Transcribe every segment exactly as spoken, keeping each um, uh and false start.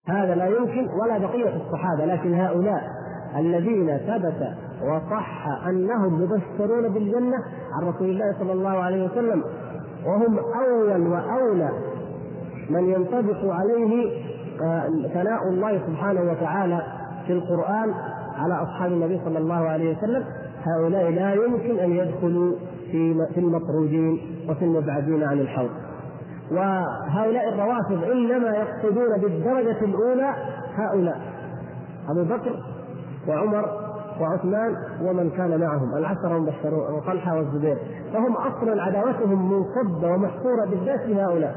هذا لا يمكن ولا بقية الصحابة، لكن هؤلاء الذين ثبت وصح أنهم مبشرون بالجنة عن رسول الله صلى الله عليه وسلم، وهم أول وأولى من ينطبق عليه ثناء الله سبحانه وتعالى في القرآن على أصحاب النبي صلى الله عليه وسلم، هؤلاء لا يمكن أن يدخلوا في المطرودين وفي المبعدين عن الحوض. وهؤلاء الروافض إنما يقصدون بالدرجة الأولى هؤلاء أبو بكر وعمر وعثمان ومن كان معهم العشرة المبشرون وطلحة والزبير، فهم أصلا عداوتهم منصبة ومحصورة بالذات لهؤلاء.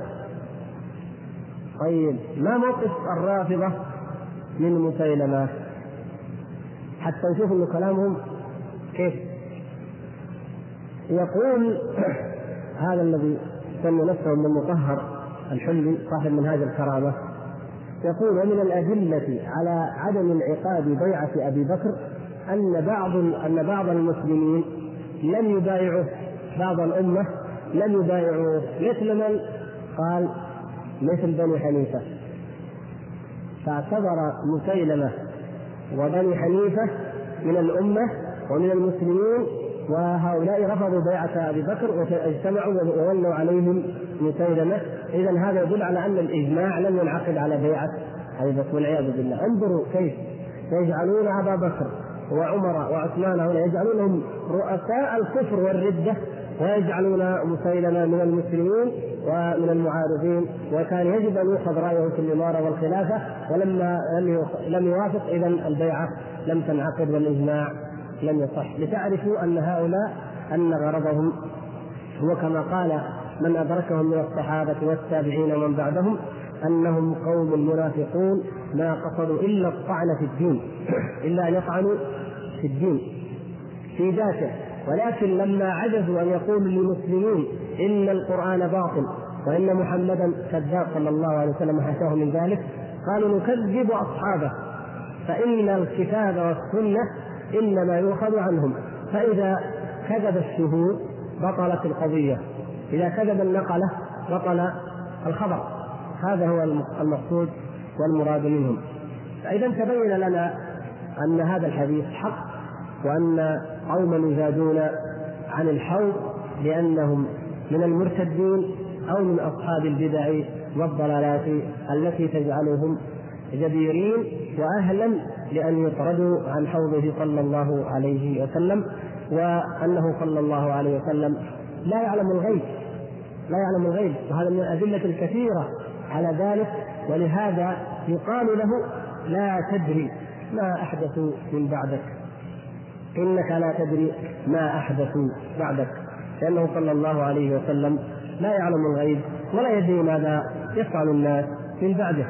طيب ما موقف الرافضة من مسيلمة؟ حتى نشوف إن كلامهم كيف. يقول هذا الذي سمي نفسه ابن المطهر الحلي صاحب منهاج الكرامة، يقول: ومن الأدلة على عدم انعقاد بيعة أبي بكر أن بعض أن بعض المسلمين لم يبايعوا بعض الأمة لم يبايعوا مثل من قال مثل بني حنيفة، فاعتبر مسيلمة وبني حنيفة من الأمة ومن المسلمين، وهؤلاء رفضوا بيعة أبي بكر واجتمعوا وولوا عليهم مسيلمة. إذن هذا يدل على أن الإجماع لم ينعقد على بيعة أبي بكر والعياذ بالله. انظروا كيف يجعلون أبا بكر وعمر وعثمان هنا يجعلونهم رؤساء الكفر والردة، ويجعلون مسيلمة من المسلمين ومن المعارضين، وكان يجب أن يؤخذ رأيه في الإمارة والخلافة، ولما لم يوافق إذن البيعة لم تنعقد والإجماع لم يصح. لتعرفوا أن هؤلاء أن غرضهم هو كما قال من أدركهم من الصحابة والتابعين ومن بعدهم أنهم قوم منافقون ما قصدوا إلا الطعن في الدين، إلا أن يطعنوا في الدين في ذاته، ولكن لما عجزوا أن يقولوا للمسلمين إن القرآن باطل وإن محمدا كذاب صلى الله عليه وسلم وحاشاه من ذلك، قالوا نكذب أصحابه فإن الكتاب والسنة إنما يؤخذ عنهم، فإذا كذب الشهود بطلت القضية، إذا كذب النقلة بطل الخبر. هذا هو المقصود والمراد منهم. فإذا تبين لنا أن هذا الحديث حق، وأن قوما يزادون عن الحوض لأنهم من المرتدين أو من أصحاب البدع والضلالات التي تجعلهم جديرين وأهلا لأن يطردوا عن حوضه صلى الله عليه وسلم، وأنه صلى الله عليه وسلم لا يعلم الغيب لا يعلم الغيب وهذا من الأدلة الكثيرة على ذلك. ولهذا يقال له لا تدري ما أحدثوا من بعدك، إنك لا تدري ما أحدثوا بعدك، لأنه صلى الله عليه وسلم لا يعلم الغيب ولا يدري ماذا يفعل الناس من بعده.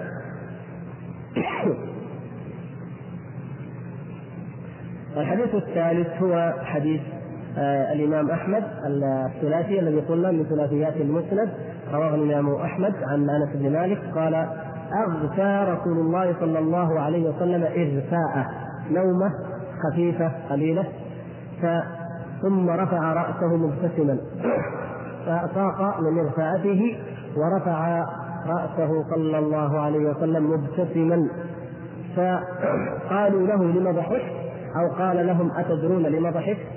الحديث الثالث هو حديث آه الإمام أحمد الثلاثي الذي قلنا من ثلاثيات المسند، رواه الإمام أحمد عن أنس بن مالك قال: أغفى رسول الله صلى الله عليه وسلم إغفاء، نومة خفيفة قليلة، ثم رفع رأسه مبتسما، فأفاق من إغفاءته ورفع رأسه صلى الله عليه وسلم مبتسما، فقالوا له لما ضحكت، أو قال لهم أتدرون لما ضحكت؟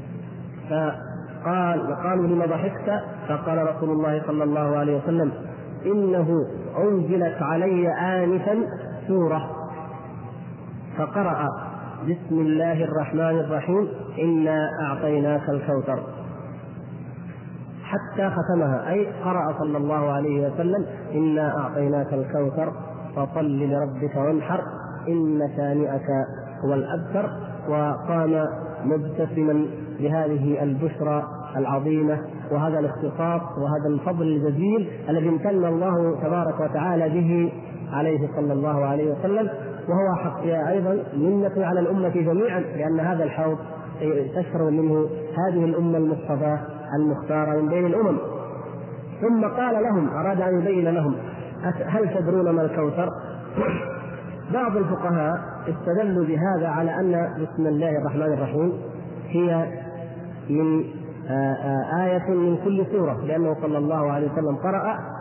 فقال قالوا لما ضحكت؟ فقال رسول الله صلى الله عليه وسلم: إنه أنزلت علي آنفا سورة فقرأ بسم الله الرحمن الرحيم إنا أعطيناك الكوثر حتى ختمها، أي قرأ صلى الله عليه وسلم إنا أعطيناك الكوثر فصل لربك وانحر إن شانئك هو الأبتر، وقام مبتسما بهذه البشرى العظيمة وهذا الاختصاص وهذا الفضل الجزيل الذي امتن الله تبارك وتعالى به عليه صلى الله عليه وسلم، وهو حق أيضا منة على الأمة جميعا، لأن هذا الحوض تشرب منه هذه الأمة المصطفى المختارة من بين الأمم. ثم قال لهم، أراد أن يبين لهم: هل تدرون ما الكوثر؟ بعض الفقهاء استدلوا بهذا على أن بسم الله الرحمن الرحيم هي من آية من كل سورة، لأنه صلى الله عليه وسلم قرأ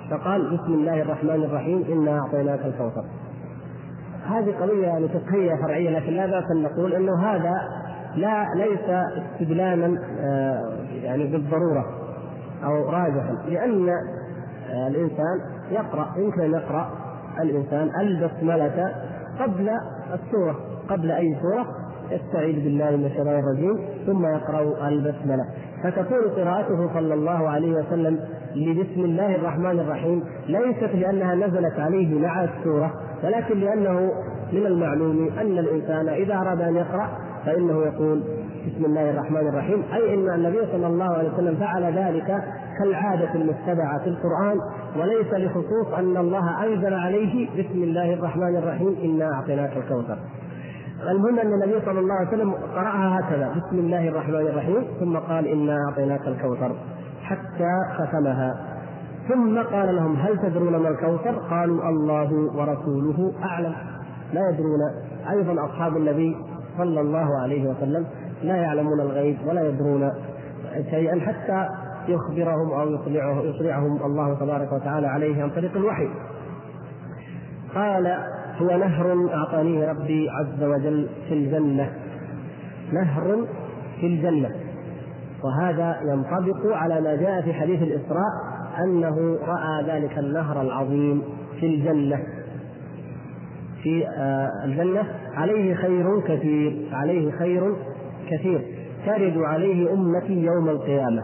فقال بسم الله الرحمن الرحيم إنا أعطيناك الكوثر. هذه قضية يعني فقهية فرعية، لكن لا بأس أن نقول أنه هذا لا ليس استدلالا يعني بالضرورة أو راجحا، لأن الإنسان يقرأ يمكن أن يقرأ الإنسان البسملة قبل السورة، قبل أي سورة يستعيذ بالله من الشيطان الرجيم ثم يقرأ البسملة، فتكون قراءته صلى الله عليه وسلم لبسم الله الرحمن الرحيم ليست لأنها نزلت عليه مع السورة، ولكن لأنه من المعلوم أن الإنسان إذا أراد أن يقرأ فإنه يقول بسم الله الرحمن الرحيم، أي أن النبي صلى الله عليه وسلم فعل ذلك كالعادة المتبعة في القرآن، وليس لخصوص أن الله أنزل عليه بسم الله الرحمن الرحيم إنا أعطيناك الكوثر. المهم أن النبي صلى الله عليه وسلم قرأها هكذا بسم الله الرحمن الرحيم ثم قال إنا أعطيناك الكوثر حتى ختمها، ثم قال لهم هل تدرون ما الكوثر؟ قالوا الله ورسوله أعلم. لا يدرون. أيضا أصحاب النبي صلى الله عليه وسلم لا يعلمون الغيب ولا يدرون شيئا حتى يخبرهم أو يطلعه يطلعهم الله تبارك وتعالى عليه عن طريق الوحي. قال هو نهر أعطانيه ربي عز وجل في الجنة، نهر في الجنة، وهذا ينطبق على ما جاء في حديث الإسراء أنه رأى ذلك النهر العظيم في الجنة. في الجنة عليه خير كثير، عليه خير كثير ترد عليه أمتي يوم القيامة،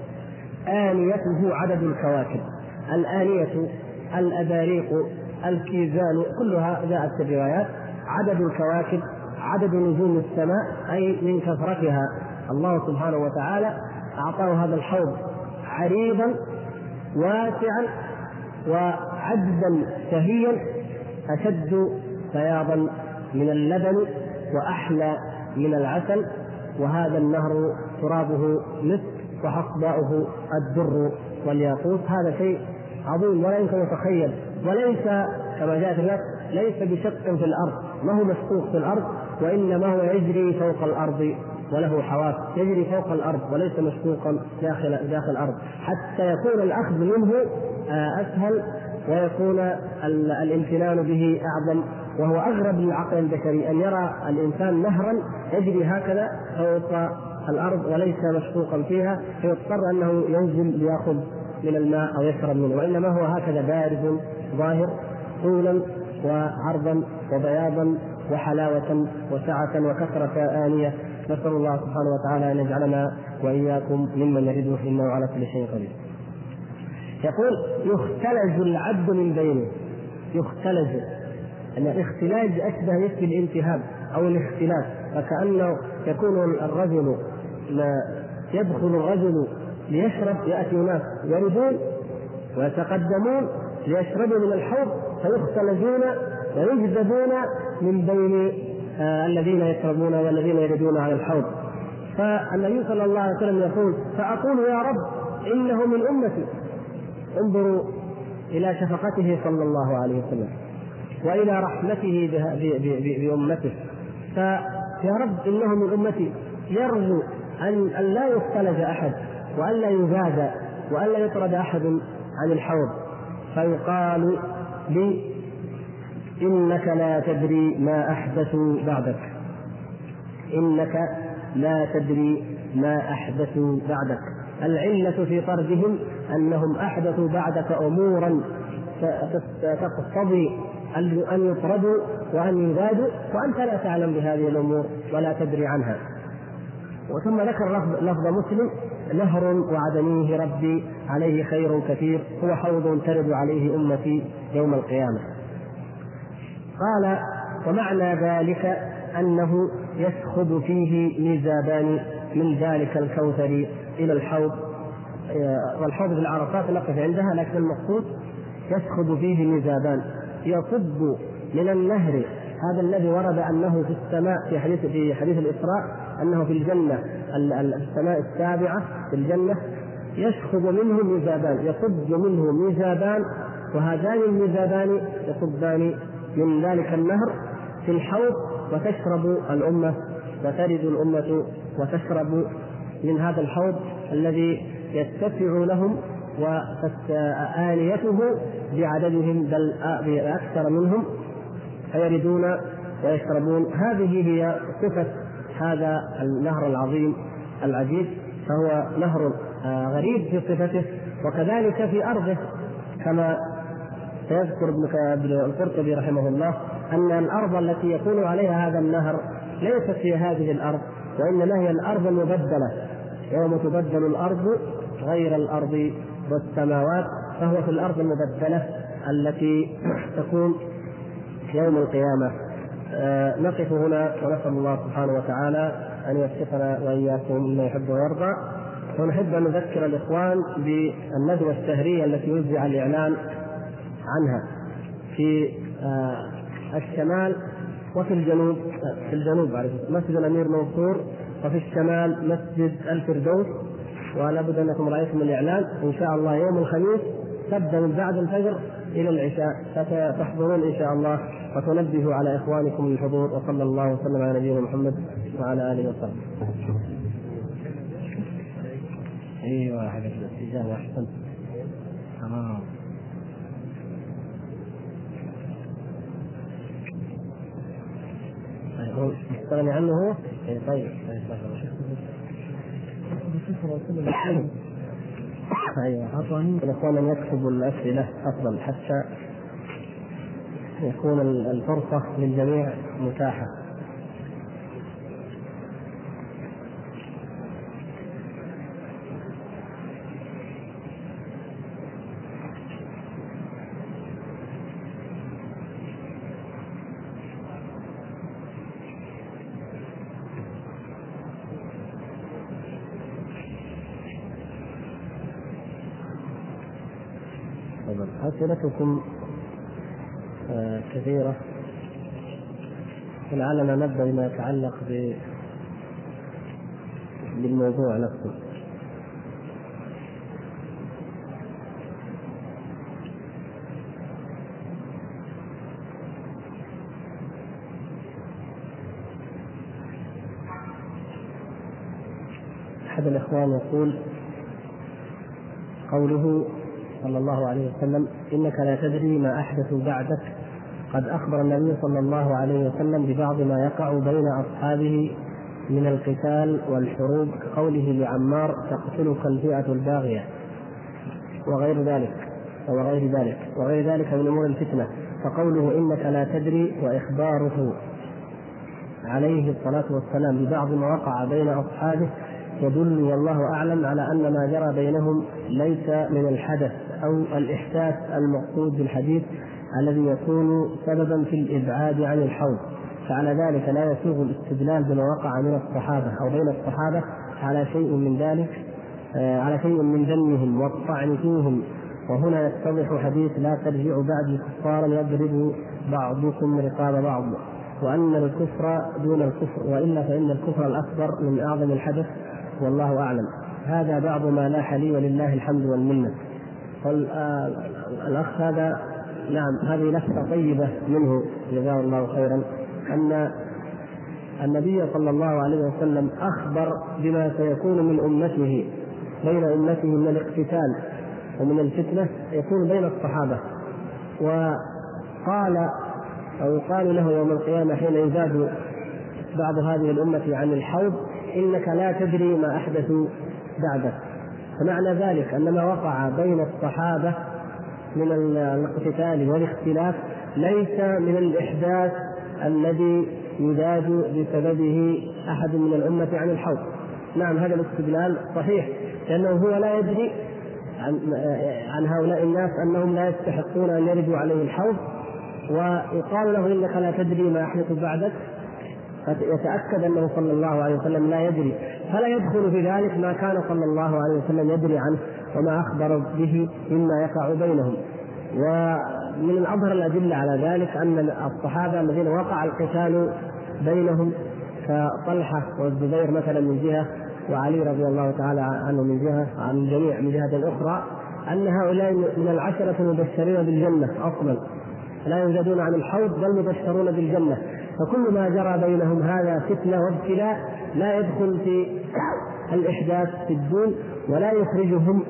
آنيته عدد الكواكب، الآنية الأباريق الكيزان كلها جاءت في الروايات، عدد الكواكب عدد نجوم السماء، أي من كثرتها الله سبحانه وتعالى أعطاه هذا الحوض عريضا واسعا وعذبا شهيا أشد بياضا من اللبن وأحلى من العسل، وهذا النهر ترابه مسك وحصباؤه الدر والياقوت. هذا شيء عظيم ولا يمكن يتخيل، وليس كما جاء في النص ليس بشق في الأرض، ما هو مشقوق في الأرض، وإنما هو يجري فوق الأرض وله حواس، يجري فوق الأرض وليس مشقوقا داخل داخل الأرض، حتى يكون الأخذ منه أسهل ويكون الامتنان به أعظم. وهو أغرب للعقل البشري أن يرى الإنسان نهرا يجري هكذا فوق الأرض وليس مشقوقا فيها، فيضطر أنه ينزل ليأخذ من الماء أو يشرب منه، وإنما هو هكذا بارد ظاهر طولا وعرضا وبياضا وحلاوة وسعة وكثرة آنية. نسأل الله سبحانه وتعالى أن يجعلنا وإياكم ممن يريده إنه على كل شيء قدير. يقول يختلج العبد من بينه، يختلج أن الاختلاج أشبه يشبه الالتهاب أو الاختلاف، فكأنه يكون الرجل يدخل الرجل ليشرب، يأتي ناس يردون ويتقدمون ليشربوا من الحوض فيختلجون ويجذبون من بين آه الذين يشربون والذين يردون على الحوض. فالنبي صلى الله عليه وسلم يقول فأقول يا رب إنه من أمتي. انظروا إلى شفقته صلى الله عليه وسلم وإلى رحمته بأمته، فيا رب إنه من أمتي، يرجو أن لا يختلج أحد وأن لا يزاد وأن لا يطرد أحد عن الحوض. فيقال لي إنك لا تدري ما أحدثوا بعدك، إنك لا تدري ما أحدثوا بعدك. العلة في طردهم أنهم أحدثوا بعدك أمورا تقتضي أن يطردوا وأن يزادوا، وأنت لا تعلم بهذه الأمور ولا تدري عنها. وثم ذكر لفظ مسلم نهر وعدنيه ربي عليه خير كثير هو حوض ترد عليه أمتي يوم القيامة. قال ومعنى ذلك أنه يسخب فيه ميزابان من ذلك الكوثر إلى الحوض، والحوض في العرفات نقف عندها، لكن المقصود يسخب فيه ميزابان يصب من النهر هذا الذي ورد أنه في السماء في حديث في حديث الإسراء أنه في الجنة السماء السابعة في الجنة يسخب منه ميزابان، يصب منه ميزابان، وهذان الميزابان يصبان من ذلك النهر في الحوض، وتشرب الأمة وترد الأمة وتشرب من هذا الحوض الذي يتسع لهم وآنيته بعددهم بل أكثر منهم فيردون ويشربون. هذه هي صفة هذا النهر العظيم العجيب، فهو نهر غريب في صفته وكذلك في أرضه، كما سيذكر ابن القرطبي رحمه الله أن الأرض التي يكون عليها هذا النهر ليست في هذه الأرض، وإنما هي الأرض المبدلة، يوم تبدل الأرض غير الأرض والسماوات، فهو في الأرض المبدلة التي تكون يوم القيامة. آه نقف هنا ونسأل الله سبحانه وتعالى أن يوفقنا وإياكم مما يحب ويرضى. ونحب أن نذكر الإخوان بالندوة الشهرية التي وزع الإعلان عنها في آه الشمال وفي الجنوب. في الجنوب مسجد الأمير منصور، وفي الشمال مسجد الفردوس. ولا بد أنكم رأيتم الإعلان إن شاء الله يوم الخميس تبدأ من بعد الفجر إلى العشاء، فتحضرون إن شاء الله وتنبهوا على إخوانكم للحضور. وصلى الله وسلم على نبينا محمد وعلى آله وصحبه. أيوة حاجة الاتجاه أحسن. تمام. استغني عنه هو. طيب ايوه الاخوان ان يكتبوا الاسئله افضل حتى يكون الفرصه للجميع متاحه. أسئلتكم كثيرة، ولعلنا نبدأ بما يتعلق بالموضوع نفسه. أحد الإخوان يقول قوله صلى الله عليه وسلم إنك لا تدري ما أحدث بعدك، قد أخبر النبي صلى الله عليه وسلم ببعض ما يقع بين أصحابه من القتال والحروب، كقوله لعمار تقتلك الفئة الباغية وغير ذلك وغير ذلك وغير ذلك من أمور الفتنة. فقوله إنك لا تدري وإخباره عليه الصلاة والسلام ببعض ما وقع بين أصحابه يدل والله أعلم على أن ما جرى بينهم ليس من الحدث أو الإحداث المقصود بالحديث الذي يكون سببا في الإبعاد عن الحوض، فعلى ذلك لا يسوغ الاستدلال بما وقع من الصحابة أو بين الصحابة على شيء من ذلك آه على شيء من ذمهم والطعن فيهم. وهنا يتضح حديث لا ترجعوا بعد كفارا يضرب بعضكم رقاب بعض، وأن الكفر دون الكفر، وإلا فإن الكفر الأكبر من أعظم الحدث والله أعلم. هذا بعض ما لاح لي ولله الحمد والمنة. الأخ هذا نعم هذه لفتة طيبة منه جزاه الله خيرا، أن النبي صلى الله عليه وسلم أخبر بما سيكون من أمته بين أمته من الاقتتال ومن الفتنة يكون بين الصحابة، وقال أو قال له يوم القيامة حين يزاد بعض هذه الأمة عن الحوض إنك لا تدري ما أحدثوا بعدك. فمعنى ذلك أن ما وقع بين الصحابة من الاقتتال والاختلاف ليس من الإحداث الذي يزاد بسببه أحد من الأمة عن الحوض. نعم هذا الاستدلال صحيح، لأنه هو لا يدري عن, عن هؤلاء الناس أنهم لا يستحقون أن يردوا عليه الحوض، ويقال له إنك لا تدري ما أحدث بعدك، يتأكد أنه صلى الله عليه وسلم لا يدري، فلا يدخل في ذلك ما كان صلى الله عليه وسلم يدري عنه وما أخبر به مما يقع بينهم. ومن الأظهر الأدلة على ذلك أن الصحابة الذين وقع القتال بينهم كطلحة والزبير مثلا من جهة وعلي رضي الله تعالى عنه من جهة عن الجميع من جهة أخرى، أن هؤلاء من العشرة المبشرين بالجنة أصلا لا يزادون عن الحوض بل مبشرون بالجنة. فكل ما جرى بينهم هذا فتنة وابتلاء لا يدخل في الإحداث في الدين ولا يخرجهم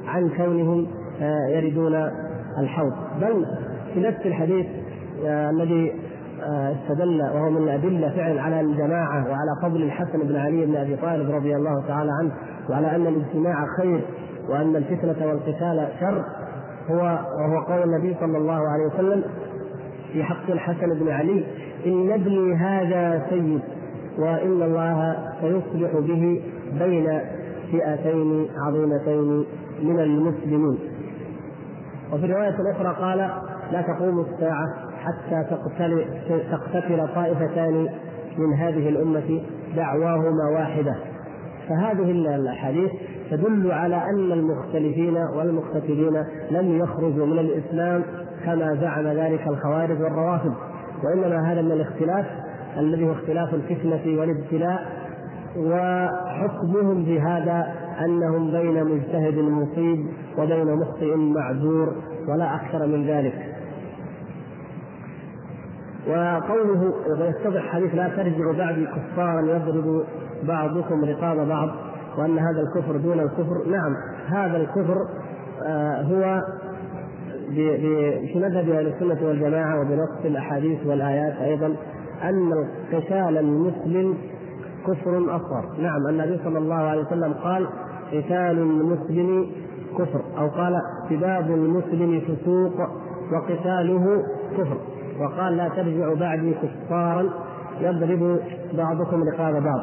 عن كونهم يردون الحوض. بل في نفس الحديث الذي استدل وهو من الأدلة فعلا على الجماعة وعلى فضل الحسن بن علي بن أبي طالب رضي الله تعالى عنه، وعلى أن الاجتماع خير وأن الفتنة والقتال شر، هو وهو قول النبي صلى الله عليه وسلم في حق الحسن بن علي: إن ابني هذا سيد وإن الله سيصلح به بين فئتين عظيمتين من المسلمين. وفي رواية أخرى قال: لا تقوم الساعة حتى تقتل, تقتتل طائفتان من هذه الأمة دعواهما واحدة. فهذه الأحاديث تدل على أن المختلفين والمقتتلين لم يخرجوا من الإسلام كما زعم ذلك الخوارج والروافض، وإنما هذا من الاختلاف الذي هو اختلاف الفتنة والابتلاء، وحكمهم بهذا أنهم بين مجتهد مصيب وبين مخطئ معذور ولا أكثر من ذلك. وقوله ويتضح حديث: لا ترجعوا بعدي كفارا يضرب بعضكم رقاب بعض، وأن هذا الكفر دون الكفر. نعم، هذا الكفر آه هو في مذهب أهل السنة والجماعة وبنص الأحاديث والآيات أيضا أن قتال المسلم كفر أصغر. نعم، النبي صلى الله عليه وسلم قال: قتال المسلم كفر، أو قال: سباب المسلم فسوق وقتاله كفر، وقال: لا ترجعوا بعدي كفارا يضرب بعضكم رقاب بعض.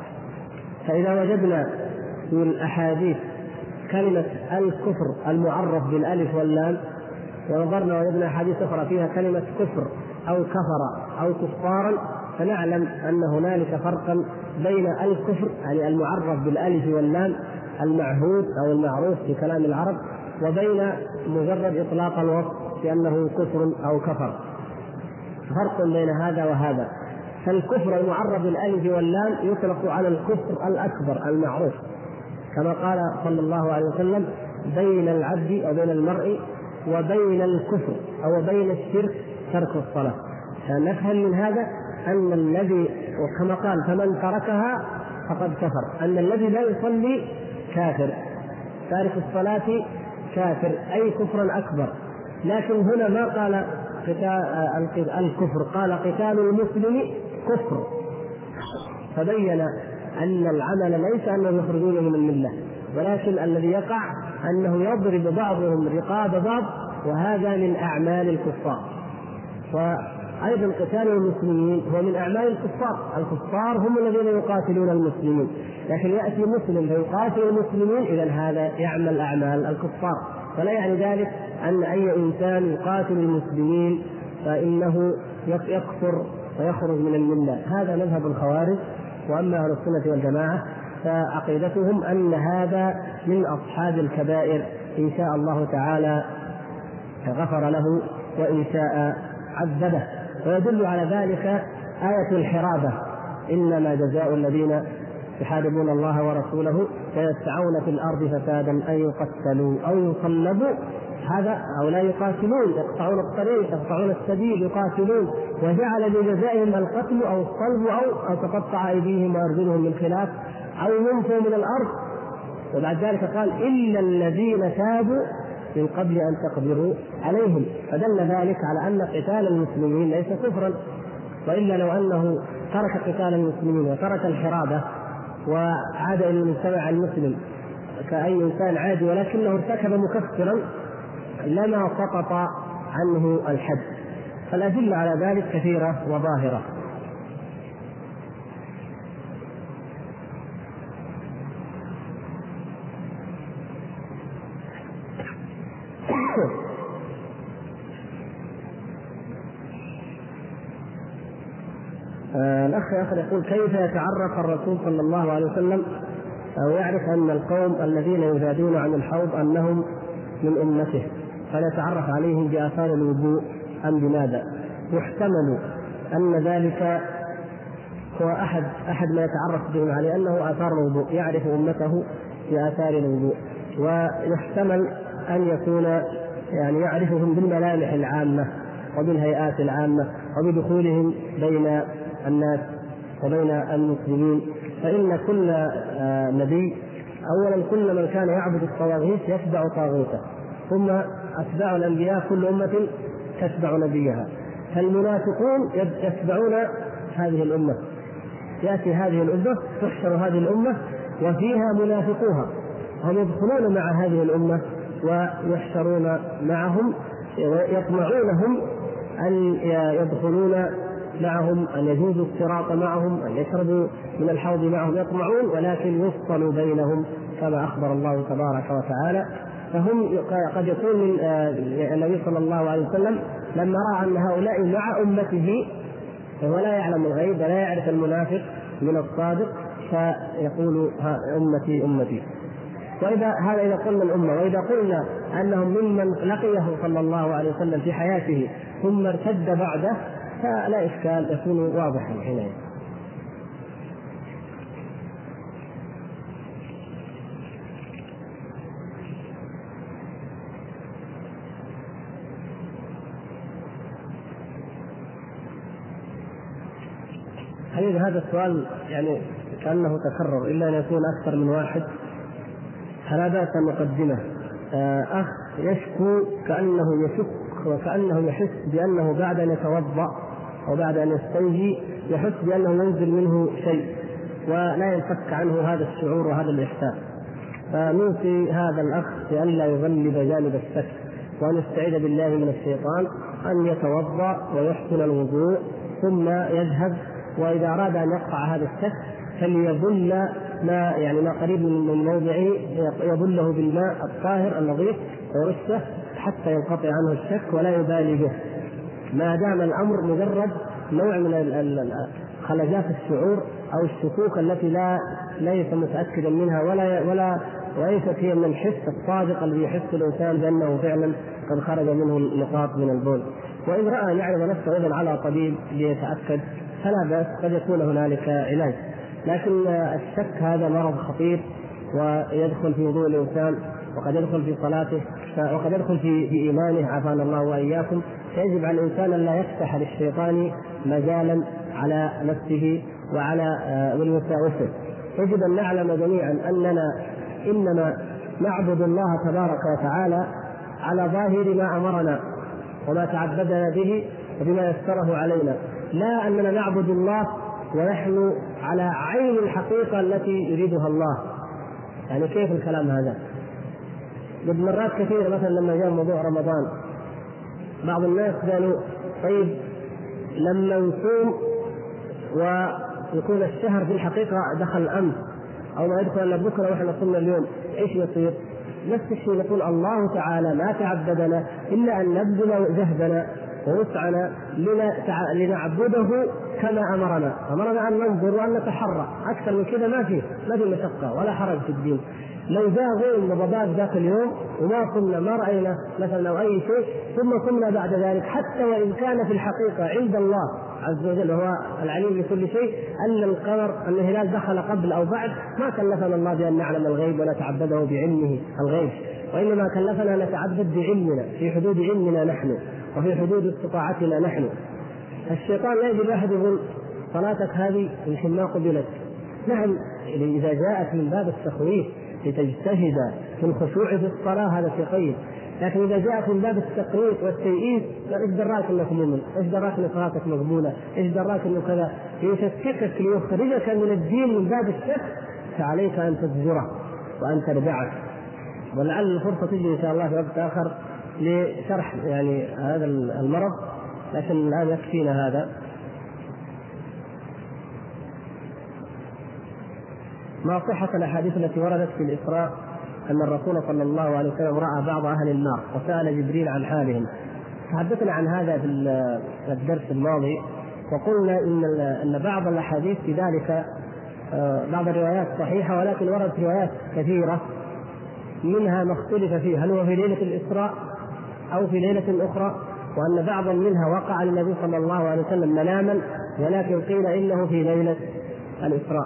فإذا وجدنا في الأحاديث كلمة الكفر المعرف بالألف واللام، ونظرنا وجدنا أحاديث أخرى فيها كلمة كفر أو كفر أو كفارا، فنعلم أن هنالك فرقا بين الكفر يعني المعرف بالألف واللام المعهود أو المعروف في كلام العرب، وبين مجرد إطلاق الوصف بأنه كفر أو كفر. فرق بين هذا وهذا. فالكفر المعرف بالألف واللام يطلق على الكفر الأكبر المعروف، كما قال صلى الله عليه وسلم: بين العبد أو بين المرء وبين الكفر أو بين الشرك ترك الصلاة. فنفهم من هذا أن الذي، وكما قال: فمن تركها فقد كفر، أن الذي لا يصلي كافر، تارك الصلاة كافر، أي كفرا أكبر. لكن هنا ما قال الكفر، قال: قتال المسلم كفر، فبين أن العمل ليس أنه يخرجونه من الملة، ولكن الذي يقع أنه يضرب بعضهم رقاب بعض، وهذا من أعمال الكفار. وأيضا قتال المسلمين هو من أعمال الكفار، الكفار هم الذين يقاتلون المسلمين، لكن يأتي مسلم فيقاتل المسلمين، إذن هذا يعمل أعمال الكفار. فلا يعني ذلك أن أي إنسان يقاتل المسلمين فإنه يكفر ويخرج من الملة. هذا مذهب الخوارج. وأما أهل السنة والجماعة فعقيدتهم أن هذا من أصحاب الكبائر، إن شاء الله تعالى غفر له وإن شاء عذبه. ويدل على ذلك آية الحرابة: إنما جزاء الذين يحاربون الله ورسوله ويسعون في الأرض فسادا أن يقتلوا أو يصلبوا. هذا أو لا يقاتلون، يقطعون الطريق، يقطعون السبيل، يقاتلون، وجعل لجزائهم القتل أو الصلب أو, أو تقطع أيديهم وأرجلهم من خلاف أو ينفوا من الأرض. وبعد ذلك قال: إلا الذين تابوا من قبل أن تقدروا عليهم. فدل ذلك على أن قتال المسلمين ليس كفرا، وإلا لو أنه ترك قتال المسلمين وترك الحرابة وعاد إلى المجتمع المسلم كأي إنسان عادي ولكنه ارتكب مكفرا لما سقط عنه الحد. فالأدلة على ذلك كثيرة وظاهرة. الأخ آخر يقول: كيف يتعرف الرسول صلى الله عليه وسلم أو يعرف أن القوم الذين يزادون عن الحوض أنهم من أمته، فليتعرف عليهم بآثار الوضوء أم بماذا؟ يحتمل أن ذلك هو أحد أحد ما يتعرف بهم عليه، أنه آثار الوضوء، يعرف أمته بآثار الوضوء. ويحتمل أن يكون يعني يعرفهم بالملامح العامة وبالهيئات العامة وبدخولهم بين الناس وبين المسلمين، فإن كل نبي أولا كل من كان يعبد الطواغيت يتبع طاغوته، ثم أتباع الأنبياء كل أمة تتبع نبيها. فالمنافقون يتبعون هذه الأمة، يأتي هذه الأمة تحشر هذه الأمة وفيها منافقوها، هم يدخلون مع هذه الأمة ويحشرون معهم، ويطمعونهم أن يدخلون معهم، أن يجوزوا الصراط معهم، أن يشربوا من الحوض معهم، يطمعون ولكن يفصل بينهم كما أخبر الله تبارك وتعالى. فهم قد يكون من النبي صلى الله عليه وسلم لما رأى أن هؤلاء مع أمته ولا يعلم الغيب ولا يعرف المنافق من الصادق فيقول أمتي أمتي. وإذا هذا إذا قلنا الأمة، وإذا قلنا أنهم ممن لقيه صلى الله عليه وسلم في حياته ثم ارتد بعده فلا إشكال، يكون واضحا حينئذ. هل هذا السؤال يعني كأنه تكرر إلا أن يكون أكثر من واحد؟ فلا بأس أن نقدمه. أخ يشكو كأنه يشك وكأنه يحس بأنه بعد أن يتوضأ أو بعد أن يستنجي يحس بأنه ينزل منه شيء ولا ينفك عنه هذا الشعور وهذا الإحساس. فنوصي هذا الأخ بأن لا يغلب جانب الشك، وأن يستعيذ بالله من الشيطان، أن يتوضأ ويحسن الوضوء ثم يذهب، وإذا أراد أن يقطع هذا الشك فليبل ما يعني ما قريب من موضعه، يبله بالماء الطاهر النظيف ورشه حتى ينقطع عنه الشك ولا يبالي به، ما دام الأمر مجرد نوع من خلجات الشعور أو الشكوك التي لا ليس متأكدا منها ولا ولا وليست هي من الحس الصادق الذي يحس الإنسان بأنه فعلا قد خرج منه نقاط من البول. وإن رأى أن يعرض نفسه إذن على طبيب ليتأكد فلا بأس، قد يكون هنالك علاج. لكن الشك هذا مرض خطير ويدخل في وضوء الإنسان وقد يدخل في صلاته وقد يدخل في, في إيمانه عافانا الله وإياكم. فيجب على الإنسان أن لا يفتح للشيطان مجالا على نفسه وعلى وساوسه. يجب أن نعلم جميعا أننا إنما نعبد الله تبارك وتعالى على ظاهر ما أمرنا وما تعبدنا به وبما يسره علينا، لا أننا نعبد الله ونحن على عين الحقيقة التي يريدها الله. يعني كيف الكلام هذا؟ قد مرات كثيرة مثلا لما جاء موضوع رمضان بعض الناس قالوا طيب لما نصوم ويكون الشهر في الحقيقة دخل أمس أو ما يدخل إلا بكرة وإحنا صمنا اليوم إيش يصير؟ نفس الشيء نقول الله تعالى ما تعبدنا إلا أن نبذل جهدنا ووسعنا لنعبده كما أمرنا. أمرنا أن ننظر وأن نتحرى، أكثر من كذا ما فيه ما في مشقة ولا حرج في الدين. لو جاء غير النبضات ذاك اليوم وما قمنا ما رأينا مثلا أو أي شيء ثم قمنا بعد ذلك، حتى وإن كان في الحقيقة عند الله عز وجل هو العليم بكل شيء أن القمر أن الهلال دخل قبل أو بعد، ما كلفنا الله بأن نعلم الغيب ونتعبده بعلمه الغيب، وإنما كلفنا أن نتعبد بعلمنا في حدود علمنا نحن وفي حدود استطاعتنا نحن. الشيطان لا يجب أحد يقول صلاتك هذه يمكن ما قبلت. نعم إذا جاءت من باب التخويف لتجتهد في الخشوع في الصلاة هذا شيء طيب، لكن إذا جاءت من باب التقريط والتيئيس إيش دراك أنك مؤمن؟ إيش دراك أن صلاتك مقبولة؟ إيش دراك أنه كذا؟ يشككك ليخرجك من الدين من باب الشك، فعليك أن تزجره وأن تردعه. ولعل الفرصة تجي إن شاء الله في وقت آخر لشرح يعني هذا المرض، لكن الآن يكفينا هذا. ما صحة الأحاديث التي وردت في الإسراء أن الرسول صلى الله عليه وسلم رأى بعض أهل النار وسأل جبريل عن حالهم؟ تحدثنا عن هذا في الدرس الماضي وقلنا إن أن بعض الأحاديث في ذلك بعض الروايات صحيحة، ولكن وردت روايات كثيرة منها ما اختلف فيه، هل هو في ليلة الإسراء أو في ليلة أخرى، وأن بعضا منها وقع للنبي صلى الله عليه وسلم مناما، ولكن قيل إنه في ليلة الإسراء.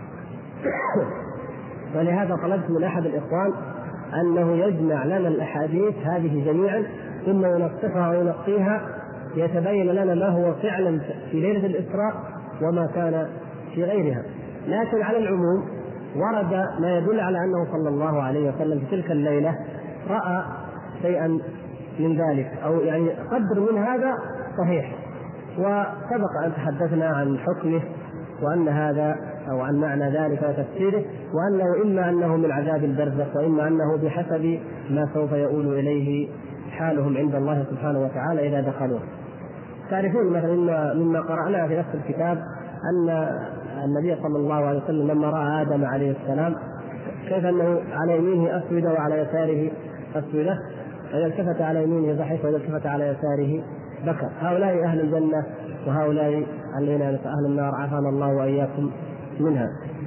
ولهذا طلبت من أحد الإخوان أنه يجمع لنا الأحاديث هذه جميعا ثم ينصفها وينقيها يتبين لنا ما هو فعلا في ليلة الإسراء وما كان في غيرها. لكن على العموم ورد ما يدل على أنه صلى الله عليه وسلم في تلك الليلة رأى شيئا من ذلك، أو يعني قدر من هذا صحيح. وسبق أن تحدثنا عن حكمه وأن هذا أو عن معنى ذلك وتفسيره، وأنه إما أنه من عذاب البرزخ وإما أنه بحسب ما سوف يؤول إليه حالهم عند الله سبحانه وتعالى إذا دخلوه. تعرفون مثلا مما قرأنا في نفس الكتاب أن النبي صلى الله عليه وسلم لما رأى آدم عليه السلام كيف أنه على يمينه أسودة وعلى يساره أسودة، فإذا التفت على يمينه ضحك وإذا التفت على يساره بكى. هؤلاء أهل الجنة وهؤلاء الذين أهل النار، عافانا الله وإياكم منها.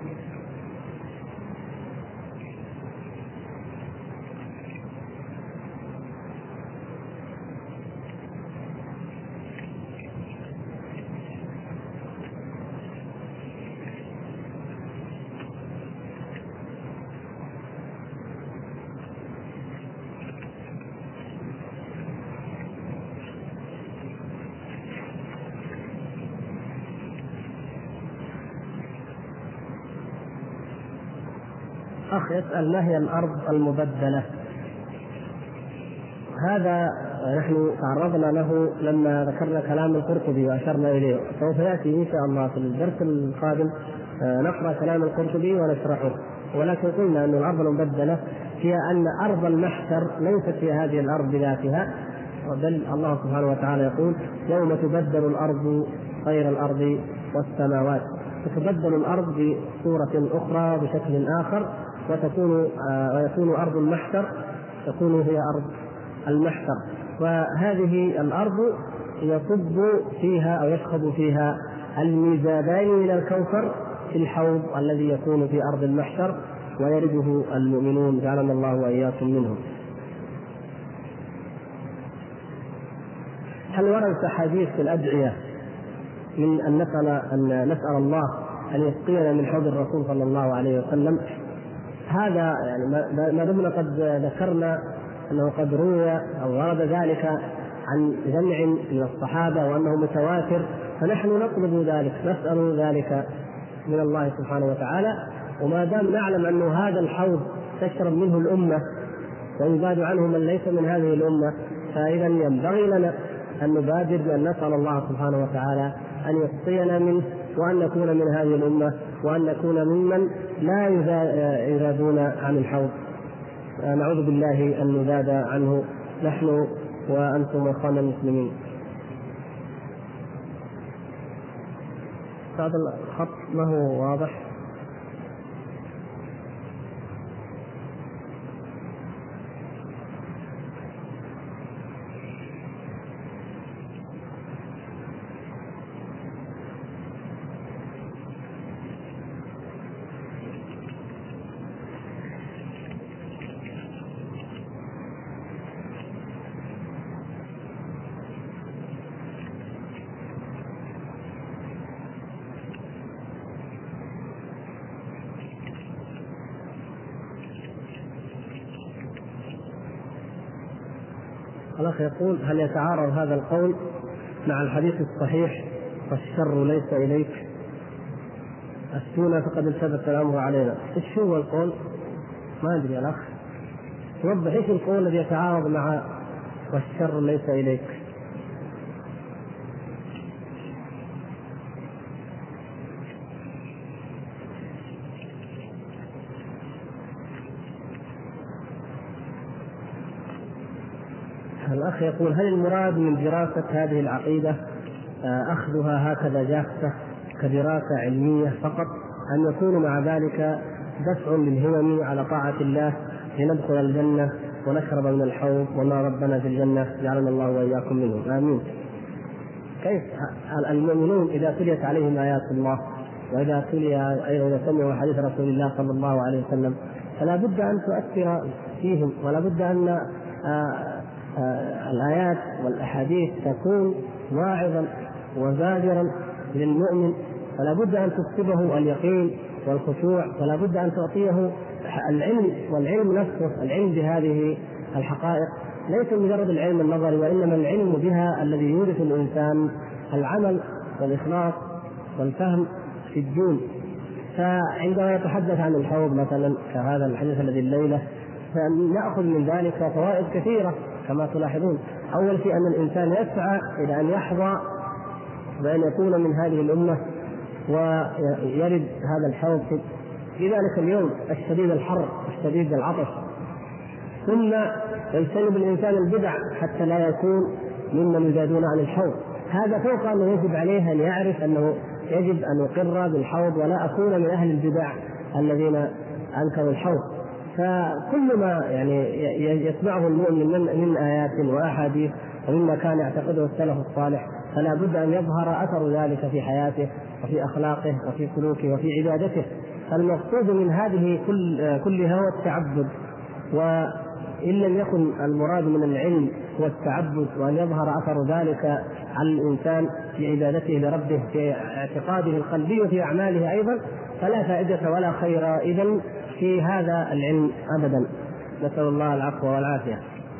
أخ يسأل ما هي الأرض المبدلة؟ هذا نحن تعرضنا له لما ذكرنا كلام القرطبي وأشرنا إليه، سوف يأتي إن شاء الله في الدرس القادم نقرأ كلام القرطبي ونشرحه. ولكن قلنا أن الأرض المبدلة هي أن أرض المحشر ليست في هذه الأرض بذاتها، بل الله سبحانه وتعالى يقول يوم تبدل الأرض غير الأرض والسماوات، فتبدل الأرض بصورة أخرى بشكل آخر، وتكون آه ويكون أرض المحشر تكون هي أرض المحشر. وهذه الأرض يصب فيها أو يشخب فيها الميزابان من الكوثر في الحوض الذي يكون في أرض المحشر ويرده المؤمنون، جعلنا الله وإياكم منهم. هل ورد أحاديث في الأدعية من أن نسأل أن نسأل الله أن يسقينا من حوض الرسول صلى الله عليه وسلم؟ هذا يعني ما دمنا قد ذكرنا أنه قد روي أو ورد ذلك عن جمع من الصحابة وأنه متواتر، فنحن نطلب ذلك، نسأل ذلك من الله سبحانه وتعالى. وما دام نعلم أن هذا الحوض تشرب منه الأمة ويزاد عنه من ليس من هذه الأمة، فإذا ينبغي لنا أن نبادر بأن نسأل الله سبحانه وتعالى أن يسقينا منه، وأن نكون من هذه الأمة، وأن نكون ممن لا يزادون عن الحوض. نعوذ بالله أن نزاد عنه نحن وأنتم وإخواننا المسلمين. هذا الخط ما هو واضح؟ الأخ يقول هل يتعارض هذا القول مع الحديث الصحيح والشر ليس إليك؟ أفتونا فقد التبت الأمر علينا. إيش هو القول؟ ما أدري يا الأخ، توضح إيش القول الذي يتعارض مع والشر ليس إليك؟ الأخ يقول هل المراد من دراسة هذه العقيدة أخذها هكذا جافة كدراسة علمية فقط، أن يكون مع ذلك دفع للهمم على طاعة الله لندخل الجنة ونشرب من الحوض وما ربنا في الجنة، جعلنا الله وإياكم منهم، آمين. كيف المؤمنون إذا تليت عليهم آيات الله وإذا تلي أيضا إذا سمعوا حديث رسول الله صلى الله عليه وسلم فلا بد أن تؤثر فيهم، ولا بد أن آآ آآ الآيات والأحاديث تكون واعظا وزاجرا للمؤمن، فلا بد أن تكسبه اليقين والخشوع، فلا بد أن تعطيه العلم، والعلم نفسه العلم بهذه الحقائق ليس مجرد العلم النظري، وإنما العلم بها الذي يورث الإنسان العمل والإخلاص والفهم في الدين. فعندما يتحدث عن الحوض مثلا كهذا الحديث الذي الليلة، فنأخذ من ذلك فوائد كثيرة كما تلاحظون. أول شيء أن الإنسان يسعى إلى أن يحظى بأن يكون من هذه الأمة ويرد هذا الحوض في ذلك اليوم الشديد الحر الشديد العطش. ثم يجتنب الإنسان البدع حتى لا يكون ممن يزادون عن الحوض. هذا فوق أنه يجب عليه أن يعرف أنه يجب أن يقر بالحوض ولا أكون من أهل البدع الذين أنكروا الحوض. فكل ما يعني يسمعه المؤمن من, من آيات وأحاديث ومما كان يعتقده السلف الصالح فلا بد أن يظهر أثر ذلك في حياته وفي أخلاقه وفي سلوكه وفي عبادته. فالمقصود من هذه كل كلها هو التعبد، وإن لم يكن المراد من العلم هو التعبد وأن يظهر أثر ذلك على الإنسان في عبادته لربه في اعتقاده القلبي وفي أعماله أيضا، فلا فائدة ولا خير إذن في هذا العلم أبدا. نسأل الله العفو والعافية.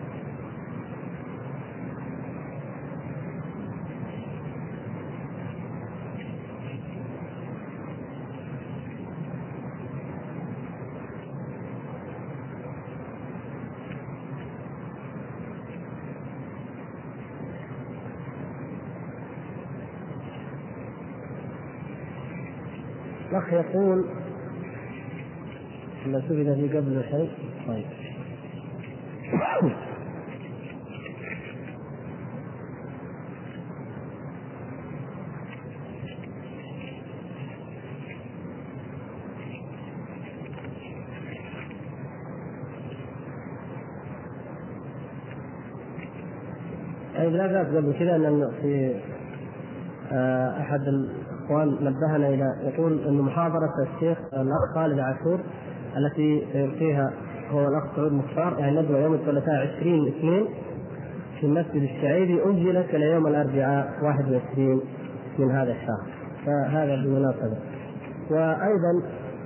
الأخ يقول ما سئل في قبل شيء. طيب طيب لا بأس قبل كذا أن في أحد الإخوان نبهنا إلى يقول أن محاضرة الشيخ الأخ خالد عاشور التي سيلقيها هو الأخ سعود مختار يعني ندوة يوم الثلاثاء عشرين اثنين في المسجد الشعيبي أجلت إلى يوم الأربعاء واحد وعشرين من هذا الشهر، فهذا بالمناسبة. وأيضا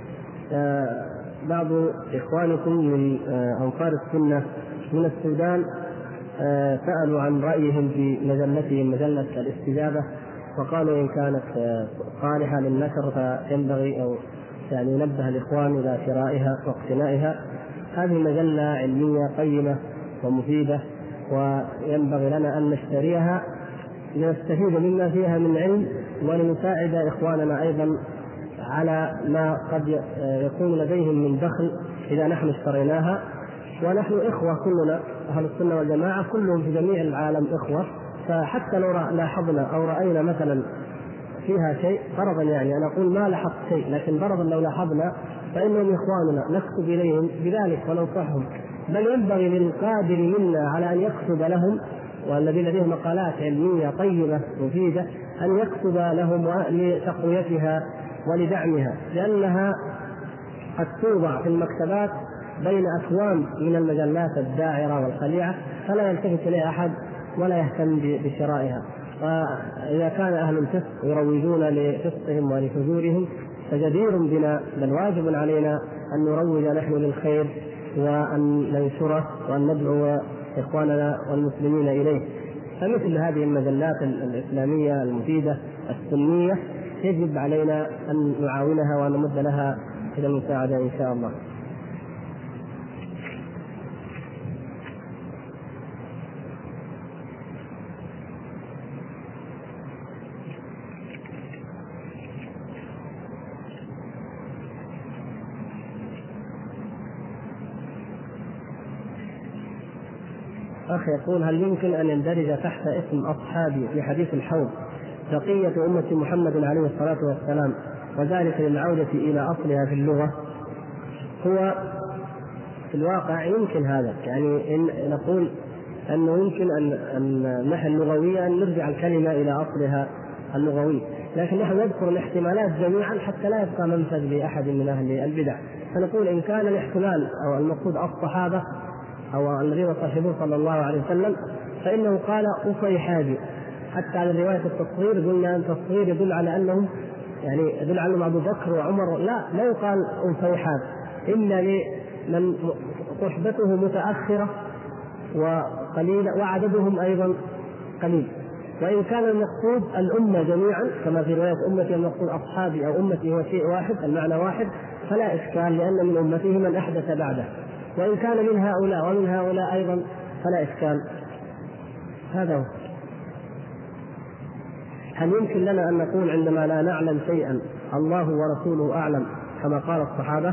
بعض إخوانكم من أنصار السنة من السودان سألوا عن رأيهم في مجلتهم مجلة الاستجابة، وقالوا إن كانت صالحة للنشر فينبغي أو يعني ينبه الإخوان إلى شرائها واقتنائها. هذه مجلة علمية قيمة ومفيدة وينبغي لنا أن نشتريها لنستفيد مما فيها من علم ولنساعد إخواننا أيضا على ما قد يكون لديهم من دخل إذا نحن اشتريناها. ونحن إخوة كلنا أهل السنة والجماعة كلهم في جميع العالم إخوة، فحتى لو لاحظنا أو رأينا مثلا فيها شيء فرضا يعني أنا أقول ما لاحظت شيء لكن فرضا لو لاحظنا فإنهم إخواننا نكتب إليهم بذلك وننصحهم، بل ينبغي للقادر منا على أن يكتب لهم والذين لديهم مقالات علمية طيبة مفيدة أن يكتب لهم لتقويتها ولدعمها، لأنها قد توضع في المكتبات بين أكوام من المجلات الداعرة والخليعة فلا يلتفت إليها أحد ولا يهتم بشرائها. وإذا كان أهل الفسق يروجون لفسقهم ولفجورهم فجدير بنا بل واجب علينا أن نروج نحن للخير وأن ننشره وأن ندعو إخواننا والمسلمين إليه. فمثل هذه المجلات الإسلامية المفيدة السنية يجب علينا أن نعاونها وأن نمد لها إلى المساعدة إن شاء الله. أخ يقول هل يمكن أن يندرج تحت اسم أصحابي في حديث الحوض بقية أمة محمد عليه الصلاة والسلام وذلك للعودة إلى أصلها في اللغة؟ هو في الواقع يمكن هذا، يعني إن نقول أنه يمكن أن الناحية اللغوية أن نرجع الكلمة إلى أصلها اللغوي، لكن نحن نذكر الاحتمالات جميعا حتى لا يبقى منفذ لأحد من أهل البدع. فنقول إن كان الاحتمال أو المقصود الصحابة أو الذين صاحبوه صلى الله عليه وسلم فإنه قال أصيحابي، حتى على رواية التصغير قلنا أن التصغير يدل على أنهم يعني يدل على أنهم أبو بكر وعمر، لا لا يقال أصيحاب إلا لمن صحبته متأخرة وقليلة وعددهم أيضا قليل. وإن كان المقصود الأمة جميعا كما في رواية أمتي المقصود أصحابي أو أمتي هو شيء واحد المعنى واحد فلا إشكال، لأن من أمته من أحدث بعده. وإن كان من هؤلاء ومن هؤلاء أيضا فلا إشكال. هذا هو. هل يمكن لنا أن نقول عندما لا نعلم شيئا الله ورسوله أعلم كما قال الصحابة؟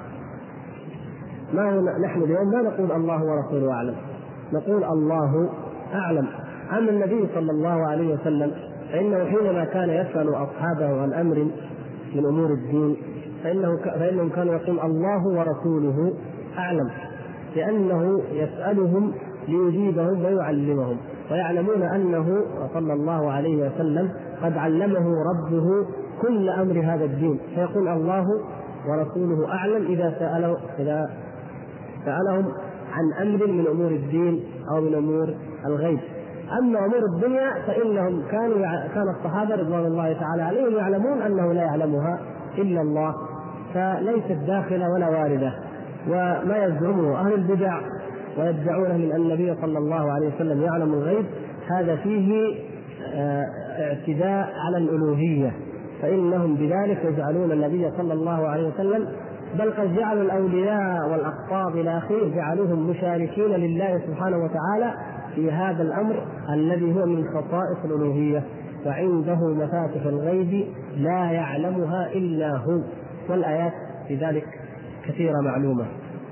ما نحن اليوم ما نقول الله ورسوله أعلم، نقول الله أعلم. أما النبي صلى الله عليه وسلم فإنه حينما كان يسأل أصحابه عن أمر من أمور الدين فإنه فإنهم كانوا يقول الله ورسوله أعلم، لأنه يسألهم ليجيبهم ويعلمهم، ويعلمون أنه صلى الله عليه وسلم قد علمه ربه كل أمر هذا الدين، فيقول الله ورسوله أعلم إذا سألوا إذا سألهم عن أمر من أمور الدين أو من أمور الغيب. أما أمور الدنيا فإنهم كانوا كان الصحابة رضوان الله تعالى عليهم يعلمون أنه لا يعلمها إلا الله، فليست داخلة ولا واردة. وما يزعمه أهل البدع ويدعونه من النبي صلى الله عليه وسلم يعلم الغيب هذا فيه اعتداء على الألوهية، فإنهم بذلك يجعلون النبي صلى الله عليه وسلم بل قد جعلوا الأولياء والأقطاب إلى آخره جعلوهم مشاركين لله سبحانه وتعالى في هذا الأمر الذي هو من خصائص الألوهية، وعنده مفاتح الغيب لا يعلمها إلا هو، والآيات في ذلك كثيرة معلومة.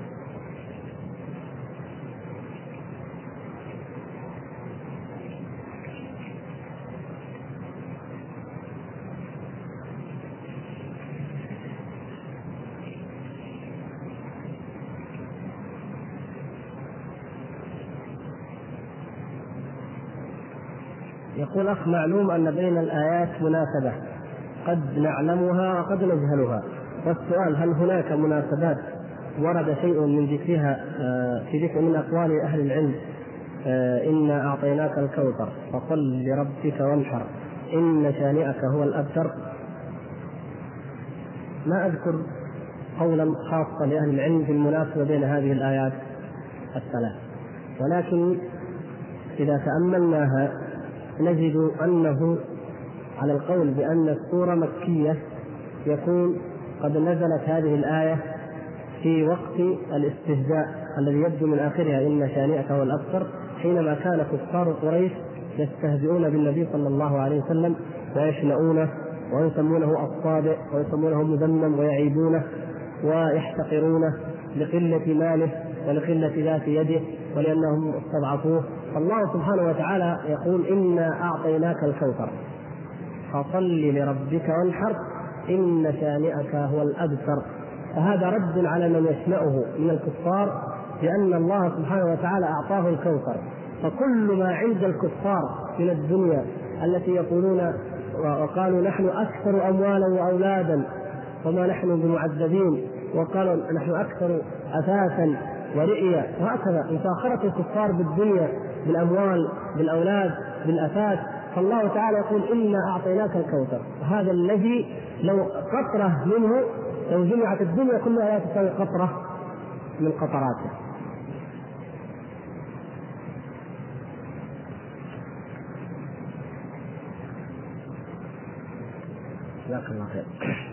يقول أخ معلوم أن بين الآيات مناسبة قد نعلمها وقد نجهلها، والسؤال هل هناك مناسبات ورد شيء من ذكرها في ذكر من أقوال أهل العلم إنا أعطيناك الكوثر فصل لربك وانحر إن شانئك هو الأبتر؟ ما أذكر قولا خاصا لأهل العلم في المناسبة بين هذه الآيات الثلاث، ولكن إذا تأملناها نجد أنه على القول بأن السورة مكية يكون قد نزلت هذه الآية في وقت الاستهزاء الذي يبدو من آخرها إن شانئك هو الأبتر، حينما كان كفار قريش يستهزئون بالنبي صلى الله عليه وسلم ويشنؤونه ويسمونه الصابئ ويسمونه مذمم ويعيبونه ويحتقرونه لقلة ماله ولقلة ذات يده ولأنهم استضعفوه. الله سبحانه وتعالى يقول إنا أعطيناك الكوثر فصل لربك وانحر إن شانئك هو الأبتر. فهذا رد على من يشنأه من الكفار لأن الله سبحانه وتعالى أعطاه الكوثر، فكل ما عند الكفار من الدنيا التي يقولون وقالوا نحن أكثر أموالا وأولادا وما نحن بمعذبين، وقالوا نحن أكثر أثاثا ورئيا، وهكذا مفاخرة الكفار بالدنيا بالأموال بالأولاد بالأثاث. فالله تعالى يقول إنا أعطيناك الكوثر، هذا الذي لو قطرة منه لو جمعت الدنيا كلها لا تساوي قطرة من قطراته. جزاك الله خير.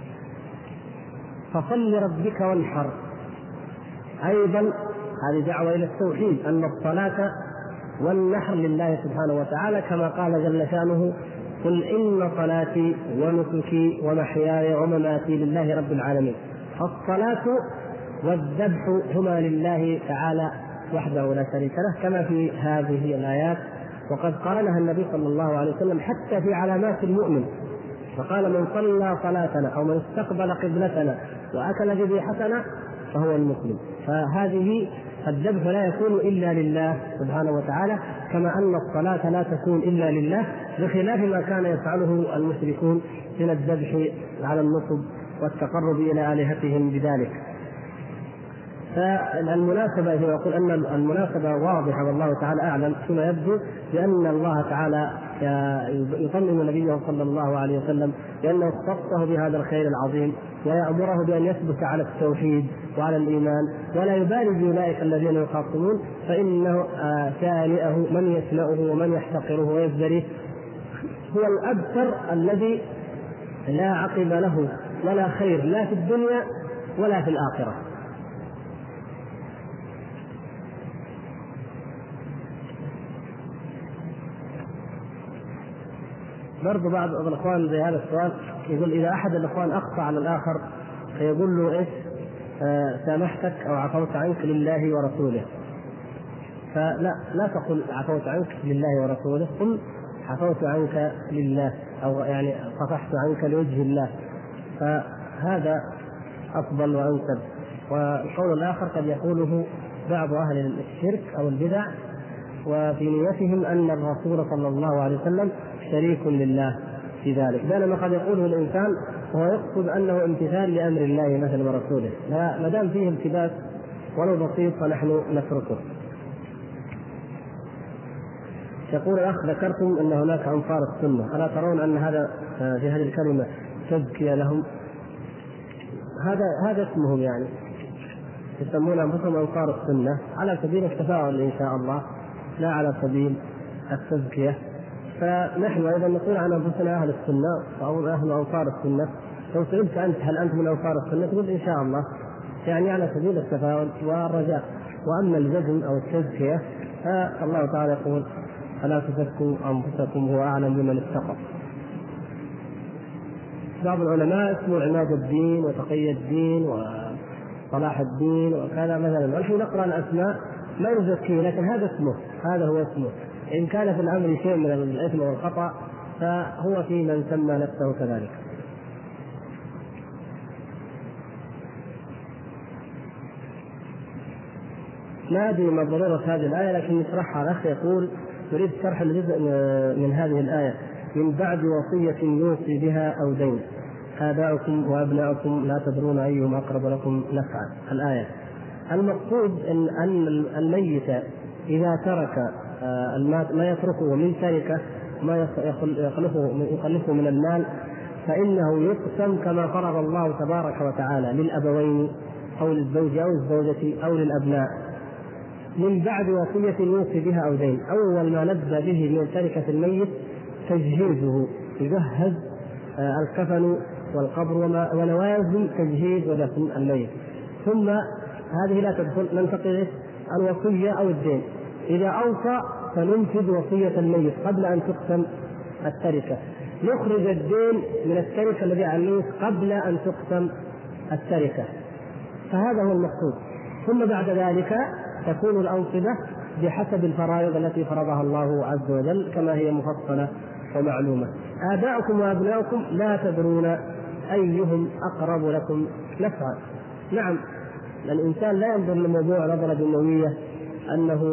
فصل لربك وانحر أيضا هذه دعوة إلى التوحيد، أن الصلاة والنحر لله سبحانه وتعالى كما قال جل شانه قل إن صلاتي ونسكي ومحياي ومماتي لله رب العالمين. فالصلاة والذبح هما لله تعالى وحده لا شريك له كما في هذه الآيات، وقد قارنها النبي صلى الله عليه وسلم حتى في علامات المؤمن، فقال من صلى صلاتنا أو من استقبل قبلتنا وأكل بذبيحتنا فهو المسلم. فهذه الذبح لا يكون إلا لله سبحانه وتعالى، كما أن الصلاة لا تكون إلا لله، بخلاف ما كان يفعله المشركون من الذبح على النصب والتقرب إلى آلهتهم بذلك. فالمناسبة هي يقول أن المناسبة واضحة والله تعالى أعلم فيما يبدو، لأن الله تعالى يطمئن نبيه صلى الله عليه وسلم لأنه اختصه بهذا الخير العظيم ويأمره بأن يثبت على التوحيد وعلى الإيمان ولا يبالي بأولئك الذين يخاصمون، فإنه شانئه من يشنأه ومن يحتقره ويزدريه هو الأبتر الذي لا عقب له ولا خير لا في الدنيا ولا في الآخرة. برضو بعض الإخوان زي هذا السؤال يقول إذا أحد الإخوان أخطأ على الآخر فيقول له إيش آه سامحتك أو عفوت عنك لله ورسوله، فلا لا تقل عفوت عنك لله ورسوله، قل عفوت عنك لله أو يعني صفحت عنك لوجه الله، فهذا أفضل وأنسب. والقول الآخر قد يقوله بعض أهل الشرك أو البدع وفي نيتهم أن الرسول صلى الله عليه وسلم شريك لله في ذلك، بينما قد يقوله الإنسان وهو يقصد أنه امتثال لأمر الله مثل ورسوله، ما دام فيه التباس ولو بسيط فنحن نتركه. يقول الأخ ذكرتم أن هناك أنصار السنة، ألا ترون أن هذا في هذه الكلمة تزكية لهم؟ هذا هذا اسمهم، يعني يسمون أنفسهم أنصار السنة على سبيل التفاؤل إن شاء الله، لا على سبيل التزكية. فنحن أيضا نقول عن أنفسنا أهل السنة أو أهل أنصار السنة. لو سئلت أنت هل أنت من أنصار السنة تقول إن شاء الله، يعني على سبيل التفاؤل والرجاء. وأما الجزم أو التزكية فالله تعالى يقول فلا تزكوا أنفسكم هو أعلم بمن اتقى. بعض العلماء اسمه عماد الدين وتقي الدين وصلاح الدين وكذا مثلا، ونحن نقرأ الأسماء ما نزكيه، لكن هذا اسمه، هذا هو اسمه. إن كان في الأمر شيء من الإثم والخطأ فهو في من سمى نفسه كذلك. ما أدري ما ضرورة هذه الآية لكن نشرحها. الأخ يقول نريد شرح الجزء من هذه الآية: من بعد وصية يوصي بها أو دين آباؤكم وأبناؤكم لا تدرون أيهم أقرب لكم نفعا. الآية المقصود أن أن الميت إذا ترك ما يتركه من تركه ما يخلفه يخلفه من المال فإنه يقسم كما فرض الله تبارك وتعالى للأبوين أو للزوج أو الزوجة أو للأبناء، من بعد وصية يوصي بها أو دين. أول ما نبدأ به من تركة الميت تجهيزه، يجهز الكفن والقبر ولوازم تجهيز ودفن الميت، ثم هذه لا تدخل ننتقل الوصية أو الدين. إذا أوصى فننفذ وصية الميت قبل أن تقسم التركة، نخرج الدين من التركة الذي عليه قبل أن تقسم التركة، فهذا هو المقصود. ثم بعد ذلك تكون الأنصبة بحسب الفرائض التي فرضها الله عز وجل كما هي مفصلة ومعلومة. آباؤكم وأبناؤكم لا تدرون أيهم أقرب لكم نفعا. نعم، الإنسان لا ينظر للموضوع نظرة دنيوية أنه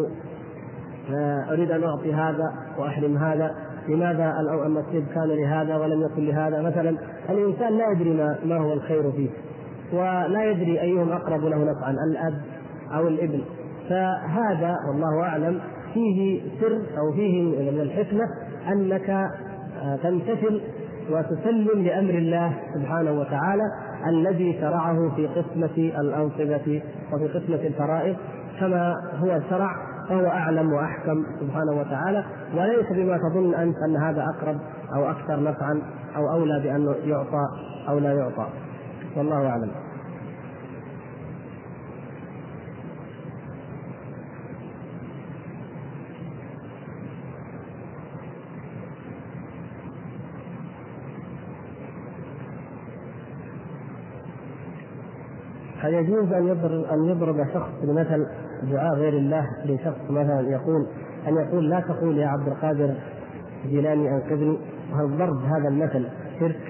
أريد أن أعطي هذا وأحرم هذا، لماذا النصيب كان لهذا ولم يكن لهذا مثلا. الإنسان لا يدري ما هو الخير فيه ولا يدري أيهم أقرب له نفعا، الأب أو الابن. فهذا والله أعلم فيه سر أو فيه من الحكمة أنك تمتثل وتسلم لأمر الله سبحانه وتعالى الذي شرعه في قسمة الأنصبة وفي قسمة الفرائض كما هو شرع، فهو أعلم وأحكم سبحانه وتعالى، وليس بما تظن أنت أن هذا أقرب أو أكثر نفعا أو أولى بأنه يعطى أو لا يعطى، والله أعلم. هل يجوز أن يضرب أن يضرب شخص بمثل دعاء غير الله لشخص مثلا يقول أن يقول لا تقول يا عبد القادر جيلاني أنقذني؟ وهل ضرب هذا المثل شرك؟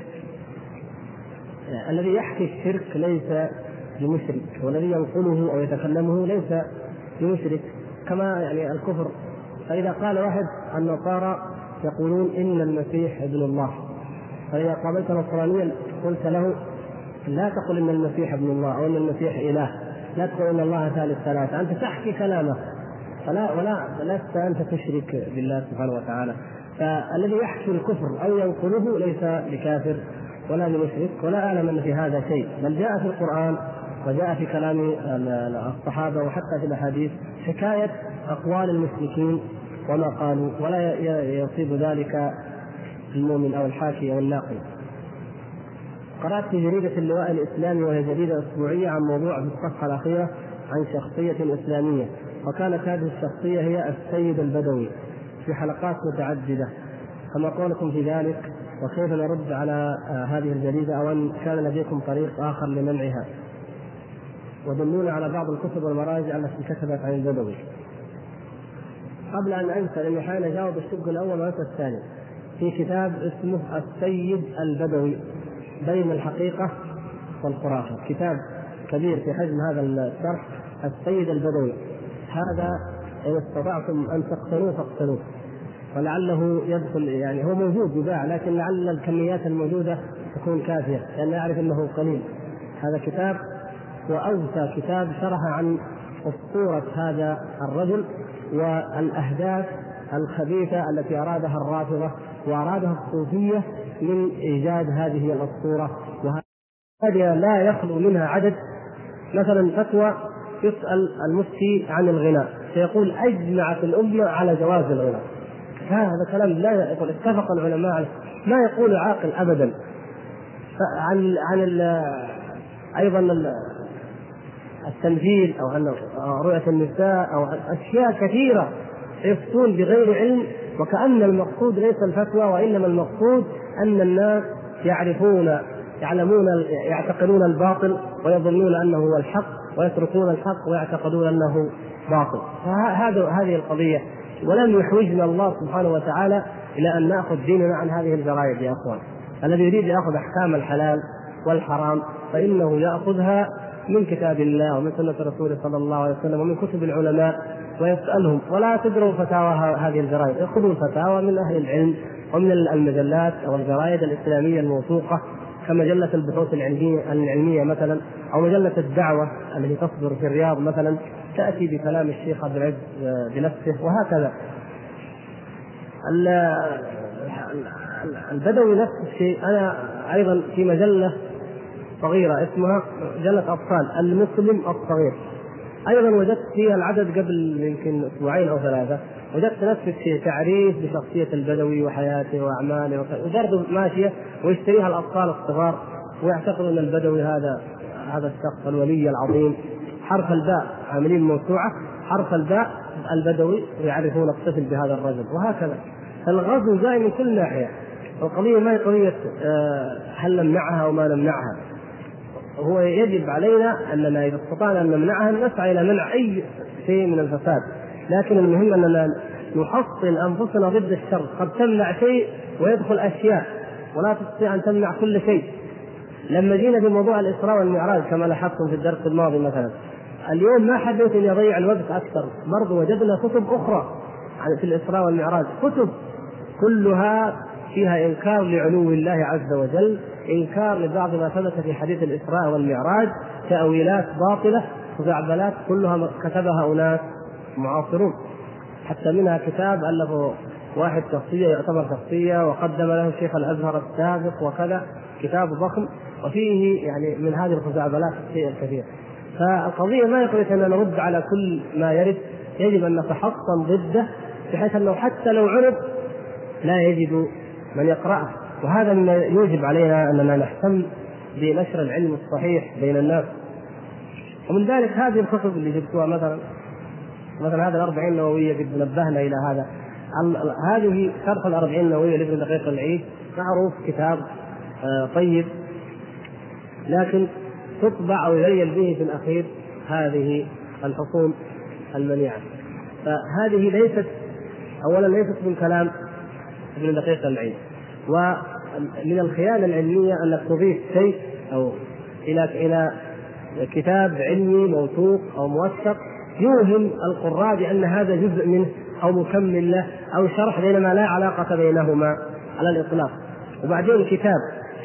الذي يحكي الشرك ليس بمشرك، والذي ينقله أو يتكلمه ليس بمشرك، كما يعني الكفر. فإذا قال واحد النصارى يقولون إن المسيح ابن الله، فإذا قابلت نصرانيا قلت له لا تقل إن المسيح ابن الله أو إن المسيح إله، لا تقل إن الله ثالث ثلاثة، أنت تحكي كلامه فلا ولا لست أنت تشرك بالله سبحانه وتعالى. فالذي يحكي الكفر أو ينقله ليس بكافر ولا بمشرك، ولا أعلم أن في هذا شيء، بل جاء في القرآن وجاء في كلام الصحابة وحتى في الأحاديث حكاية أقوال المشركين وما قالوا، ولا يصيب ذلك المؤمن أو الحاكي أو الناقل. قرأت في جريدة اللواء الإسلامي وهي جريدة أسبوعية عن موضوع في الصفحة الأخيرة عن شخصية إسلامية، وكانت هذه الشخصية هي السيد البدوي في حلقات متعددة، فما قولكم في ذلك؟ وكيف نرد على هذه الجريدة، أو أن كان لديكم طريق آخر لمنعها؟ ودلونا على بعض الكتب والمراجع التي كتبت عن البدوي. قبل أن أنسى، لأني حين أجاوب الشق الأول وأنسى الثاني، في كتاب اسمه السيد البدوي بين الحقيقة والخرافة، كتاب كبير في حجم هذا الشرح. السيد البدوي هذا إن استطعتم أن تقتلوه فاقتلوه، ولعله يدخل، يعني هو موجود يباع، لكن لعل الكميات الموجودة تكون كافية، لأن أعرف أنه قليل. هذا كتاب وأوسع كتاب شرح عن أسطورة هذا الرجل والأهداف الخبيثة التي أرادها الرافضة وأرادها الصوفية من إيجاد هذه الأسطورة، وهذه لا يخلو منها عدد. مثلا فتوى يسأل المفتي عن الغناء فيقول أجمعت الأمة على جواز الغناء، هذا كلام لا يقول، اتفق العلماء عليه، ما يقول عاقل أبدا. عن عن أيضا التمثيل أو عن رؤية النساء أو أشياء كثيرة يفتون بغير علم، وكأن المقصود ليس الفتوى، وإنما المقصود أن الناس يعرفون يعلمون يعتقدون الباطل ويظنون أنه هو الحق، ويتركون الحق ويعتقدون أنه باطل. فهذا هذه القضية، ولم يحوجنا الله سبحانه وتعالى إلى أن نأخذ ديننا عن هذه الجرائد يا أخوان. الذي يريد يأخذ أحكام الحلال والحرام فإنه يأخذها من كتاب الله ومن سنة رسوله صلى الله عليه وسلم ومن كتب العلماء ويسألهم، ولا تدروا فتاوى هذه الجرائد، يأخذوا الفتاوى من أهل العلم ومن المجلات أو الجرائد الإسلامية الموثوقة كمجلة البحوث العلمية العلمية مثلا، أو مجلة الدعوة التي تصدر في الرياض مثلا تأتي بكلام الشيخ عبد العزيز بنفسه، وهكذا. البدوي نفس الشيء. أنا أيضا في مجلة صغيرة اسمها مجلة أطفال المسلم الصغير، أيضا وجدت فيها العدد قبل يمكن أسبوعين أو ثلاثة، وجدت نفس الشيء، تعريف بشخصية البدوي وحياته وأعماله، وبرضه ماشية ويشتريها الأطفال الصغار ويعتقدون أن البدوي هذا هذا الشخص الولي العظيم. حرف الباء عاملين موسوعة، حرف الباء البدوي، ويعرفون الطفل بهذا الرجل، وهكذا. الغزو جاي من كل ناحية. القضية ما هي قضية هل نمنعها أو ما نمنعها، هو يجب علينا أننا إذا استطعنا أن نمنعها نسعى إلى منع أي شيء من الفساد، لكن المهم أننا نحصن أنفسنا ضد الشر. قد تمنع شيء ويدخل أشياء، ولا تستطيع أن تمنع كل شيء. لما جينا في موضوع الإسراء والمعراج كما لاحظتم في الدرس الماضي مثلا، اليوم ما حبيت أن يضيع الوقت أكثر، برضو وجدنا كتب أخرى في الإسراء والمعراج، كتب كلها فيها إنكار لعلو الله عز وجل، إنكار لبعض ما ثبت في حديث الإسراء والمعراج، تأويلات باطلة وزعبلات كلها كتبها أناس معاصرون. حتى منها كتاب ألفه واحد شخصية يعتبر شخصية وقدم له الشيخ الأزهر السابق وكذا، كتاب ضخم وفيه يعني من هذه الخزعبلات الشيء الكثير. فالقضية ما يقول أن نرد على كل ما يرد، يجب أن نتحصن ضده بحيث أنه حتى لو عرض لا يجد من يقرأه. وهذا مما يوجب علينا أننا نهتم بنشر العلم الصحيح بين الناس. ومن ذلك هذه الكتب اللي جبتوها مثلا مثلا هذا الأربعين النووية قد نبهنا إلى هذا. هذه شرح الأربعين النووية لابن دقيق العيد، معروف كتاب طيب، لكن تطبع أو يغير به في الأخير هذه الحصول المنيعة. فهذه ليست أولا ليست من كلام ابن دقيق العيد، ومن الخيانة العلمية أنك تضيف شيء أو إلى إلى كتاب علمي موثوق أو موثق يوهم القراء بأن هذا جزء منه أو مكمل له أو شرح، بينما لا علاقة بينهما على الإطلاق. وبعدين كتاب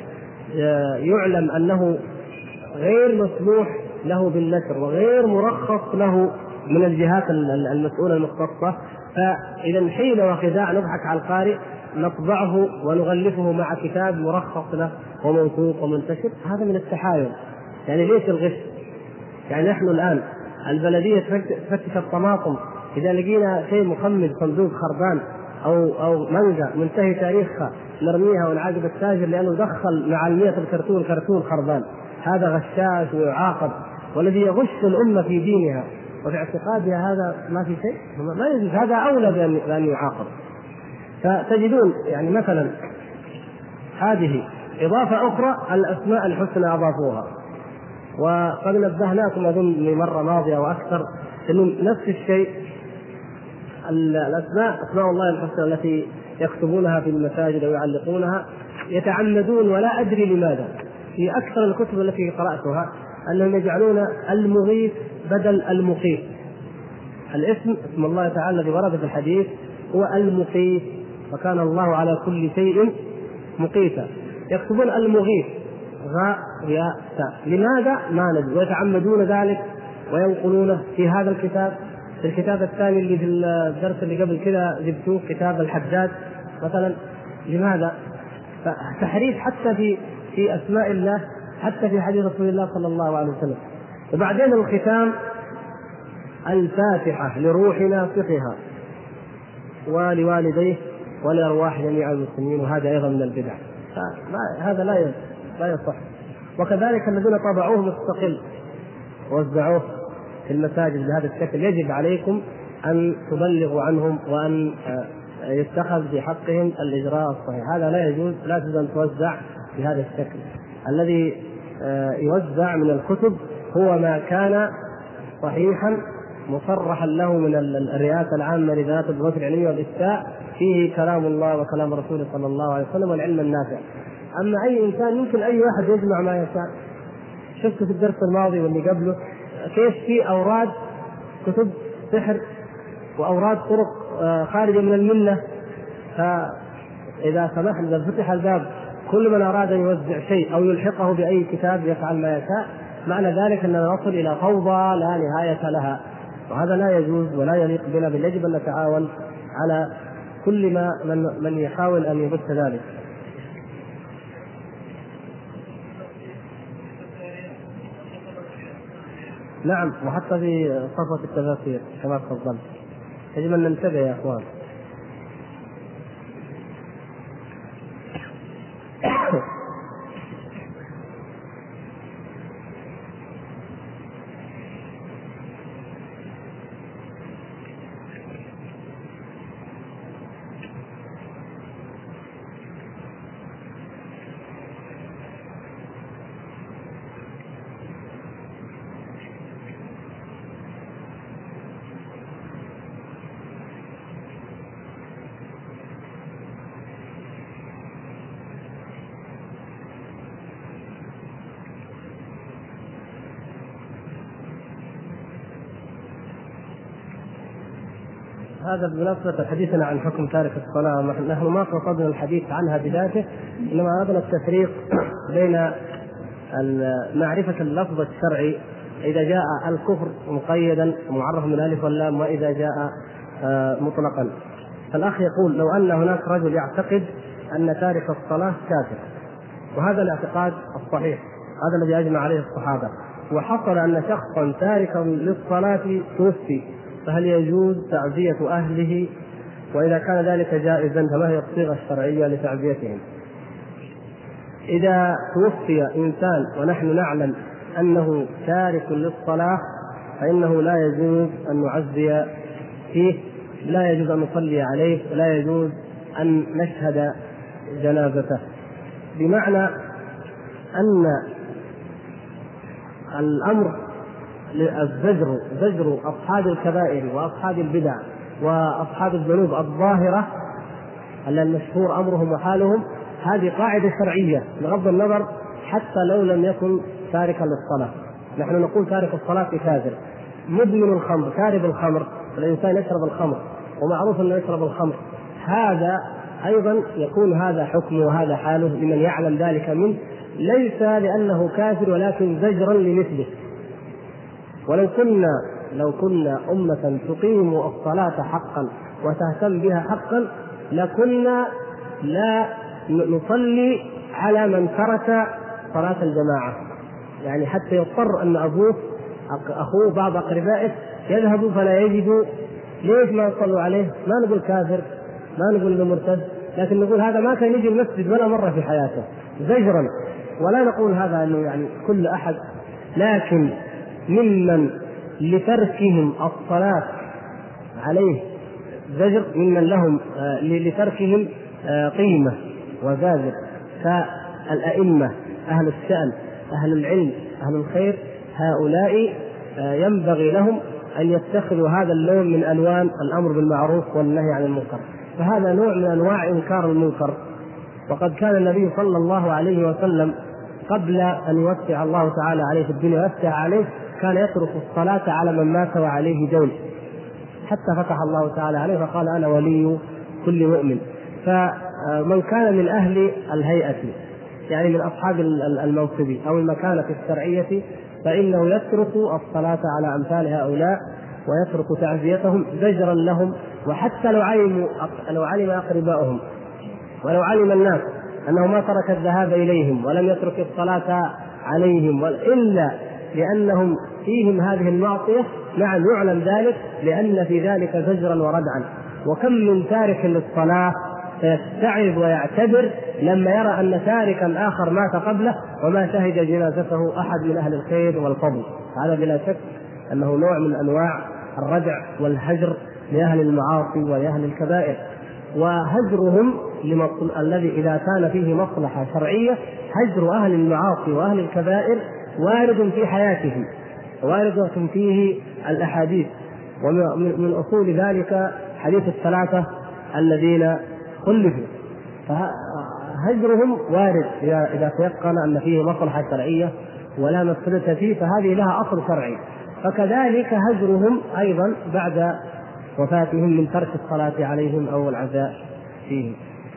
يعلم أنه غير مسموح له بالنشر وغير مرخص له من الجهات المسؤولة المختصة، فإذا حين وخداع نضحك على القارئ نطبعه ونغلفه مع كتاب مرخص له وموثوق ومنتشر. هذا من التحايل. يعني ليش الغش؟ يعني نحن الآن البلدية تفتش الطماطم، إذا لقينا شيء مخمد صندوق خربان أو أو مانجا منتهي تاريخها نرميها ونعاقب التاجر لأنه دخل مع المئة الكرتون كرتون خربان، هذا غشاش ويعاقب. والذي يغش الأمة في دينها وفي اعتقادها هذا ما في شيء، ما يجوز، هذا أولى بأن يعاقب. فتجدون يعني مثلا هذه إضافة أخرى، الأسماء الحسنى أضافوها. وقد نبهناكم أظن مرة ماضية وأكثر أنه نفس الشيء الأسماء أسماء الله الحسنى التي يكتبونها في المساجد ويعلقونها يتعمدون ولا أدري لماذا في أكثر الكتب التي قرأتها أنهم يجعلون المغيث بدل المقيت. الاسم اسم الله تعالى الذي ورد في الحديث هو المقيت، وكان الله على كل شيء مقيتا، يكتبون المغيث غاء ياء تاء، لماذا؟ ما ندري، ويتعمدون ذلك وينقلونه في هذا الكتاب. في الكتاب الثاني اللي في الدرس اللي قبل كذا جبتوه كتاب الحداد مثلا، لماذا؟ تحريف حتى في في اسماء الله، حتى في حديث رسول الله صلى الله عليه وسلم. وبعدين الختام الفاتحة لروح ناصحها ولوالديه ولأرواح جميع المسلمين، وهذا أيضا من البدع، هذا لا لا يصح. وكذلك الذين طبعوه مستقل ووزعوه في المساجد بهذا الشكل، يجب عليكم أن تبلغوا عنهم وأن يتخذ في حقهم الإجراء الصحيح. هذا لا يجوز، لا يجوز أن توزع بهذا الشكل. الذي يوزع من الكتب هو ما كان صحيحا مصرحا له من الرئاسة العامة لذات البحوث العلمية والإفتاء، فيه كلام الله وكلام رسوله صلى الله عليه وسلم والعلم النافع. أما أي إنسان يمكن أي واحد يجمع ما يشاء. شفت في الدرس الماضي واللي قبله كيف في أوراد كتب سحر وأوراد طرق خارجة من الملة. فإذا سمح إذا فتح الباب كل من أراد أن يوزع شيء أو يلحقه بأي كتاب يفعل ما يشاء، معنى ذلك أننا نصل إلى فوضى لا نهاية لها، وهذا لا يجوز ولا يليق بنا، بل يجب أن نتعاون على كل ما من, من يحاول أن يبث ذلك. نعم، وحتى في صفوة التفاسير كما تفضلت يجب أن ننتبه يا أخوان. هذا بمناسبة حديثنا عن حكم تارك الصلاة، نحن ما قصدنا الحديث عنها بذاته، إنما أردنا التفريق بين معرفة اللفظ الشرعي إذا جاء الكفر مقيدا معرف من الألف واللام، وإذا جاء مطلقا. فالأخ يقول لو أن هناك رجل يعتقد أن تارك الصلاة كافر، وهذا الاعتقاد الصحيح هذا الذي أجمع عليه الصحابة، وحصل أن شخصا تاركا للصلاة توفي، فهل يجوز تعزية أهله؟ وإذا كان ذلك جائزا فما هي الصيغة الشرعية لتعزيتهم؟ إذا توفي إنسان ونحن نعلم أنه تارك للصلاة فإنه لا يجوز أن نعزي فيه، لا يجوز أن نصلي عليه، ولا يجوز أن نشهد جنازته، بمعنى أن الأمر الزجر زجر أصحاب الكبائر وأصحاب البدع وأصحاب الذنوب الظاهرة المشهور أمرهم وحالهم، هذه قاعدة شرعية بغض النظر حتى لو لم يكن تاركا للصلاة. نحن نقول تارك الصلاة كافر. مدمن الخمر، شارب الخمر، الإنسان يشرب الخمر ومعروف أنه يشرب الخمر، هذا أيضا يكون هذا حكمه وهذا حاله لمن يعلم ذلك منه، ليس لأنه كافر ولكن زجرا لمثله. ولو كنا لو كنا أمة تقيم الصلاة حقا وتهتم بها حقا لكنا لا نصلي على من ترك صلاة الجماعة، يعني حتى يضطر أن أبوه أخوه بعض أقربائه يذهبوا فلا يجدوا، ليش ما يصلوا عليه؟ ما نقول كافر، ما نقول إنه مرتد، لكن نقول هذا ما كان يجي المسجد ولا مرة في حياته زجرا، ولا نقول هذا أنه يعني كل أحد، لكن ممن لتركهم الصلاة عليه زجر، ممن لهم لتركهم قيمة وزاجر كالأئمة أهل الشأن أهل العلم أهل الخير، هؤلاء ينبغي لهم أن يتخذوا هذا اللون من ألوان الأمر بالمعروف والنهي عن المنكر، فهذا نوع من أنواع إنكار المنكر. وقد كان النبي صلى الله عليه وسلم قبل أن يوسع الله تعالى عليه في الدنيا ويفتح عليه كان يترك الصلاة على من مات وعليه دين، حتى فتح الله تعالى عليه فقال أنا ولي كل مؤمن. فمن كان من أهل الهيئة يعني من أصحاب المنصب أو المكانة الشرعية فإنه يترك الصلاة على أمثال هؤلاء ويترك تعزيتهم زجرا لهم. وحتى لو علموا لو علم أقربائهم ولو علم الناس أنه ما ترك الذهاب إليهم ولم يترك الصلاة عليهم إلا لأنهم فيهم هذه المعصية، نعم يعلم ذلك لأن في ذلك زجرا وردعا. وكم من تارك للصلاة فيستعذ ويعتبر لما يرى أن تاركا آخر مات قبله وما شهد جنازته أحد من أهل الخير والفضل. هذا بلا شك أنه نوع من أنواع الردع والهجر لأهل المعاصي ولأهل الكبائر. وهجرهم الذي إذا كان فيه مصلحة شرعية، هجر أهل المعاصي وأهل الكبائر وارد في حياتهم، وارد فيه الأحاديث، ومن أصول ذلك حديث الثلاثة الذين خلفوا، فهجرهم وارد إذا تيقن أن فيه مصلحة شرعية ولا مفسدة فيه، فهذه لها أصل شرعي. فكذلك هجرهم أيضا بعد وفاتهم من ترك الصلاة عليهم أو العزاء فيهم.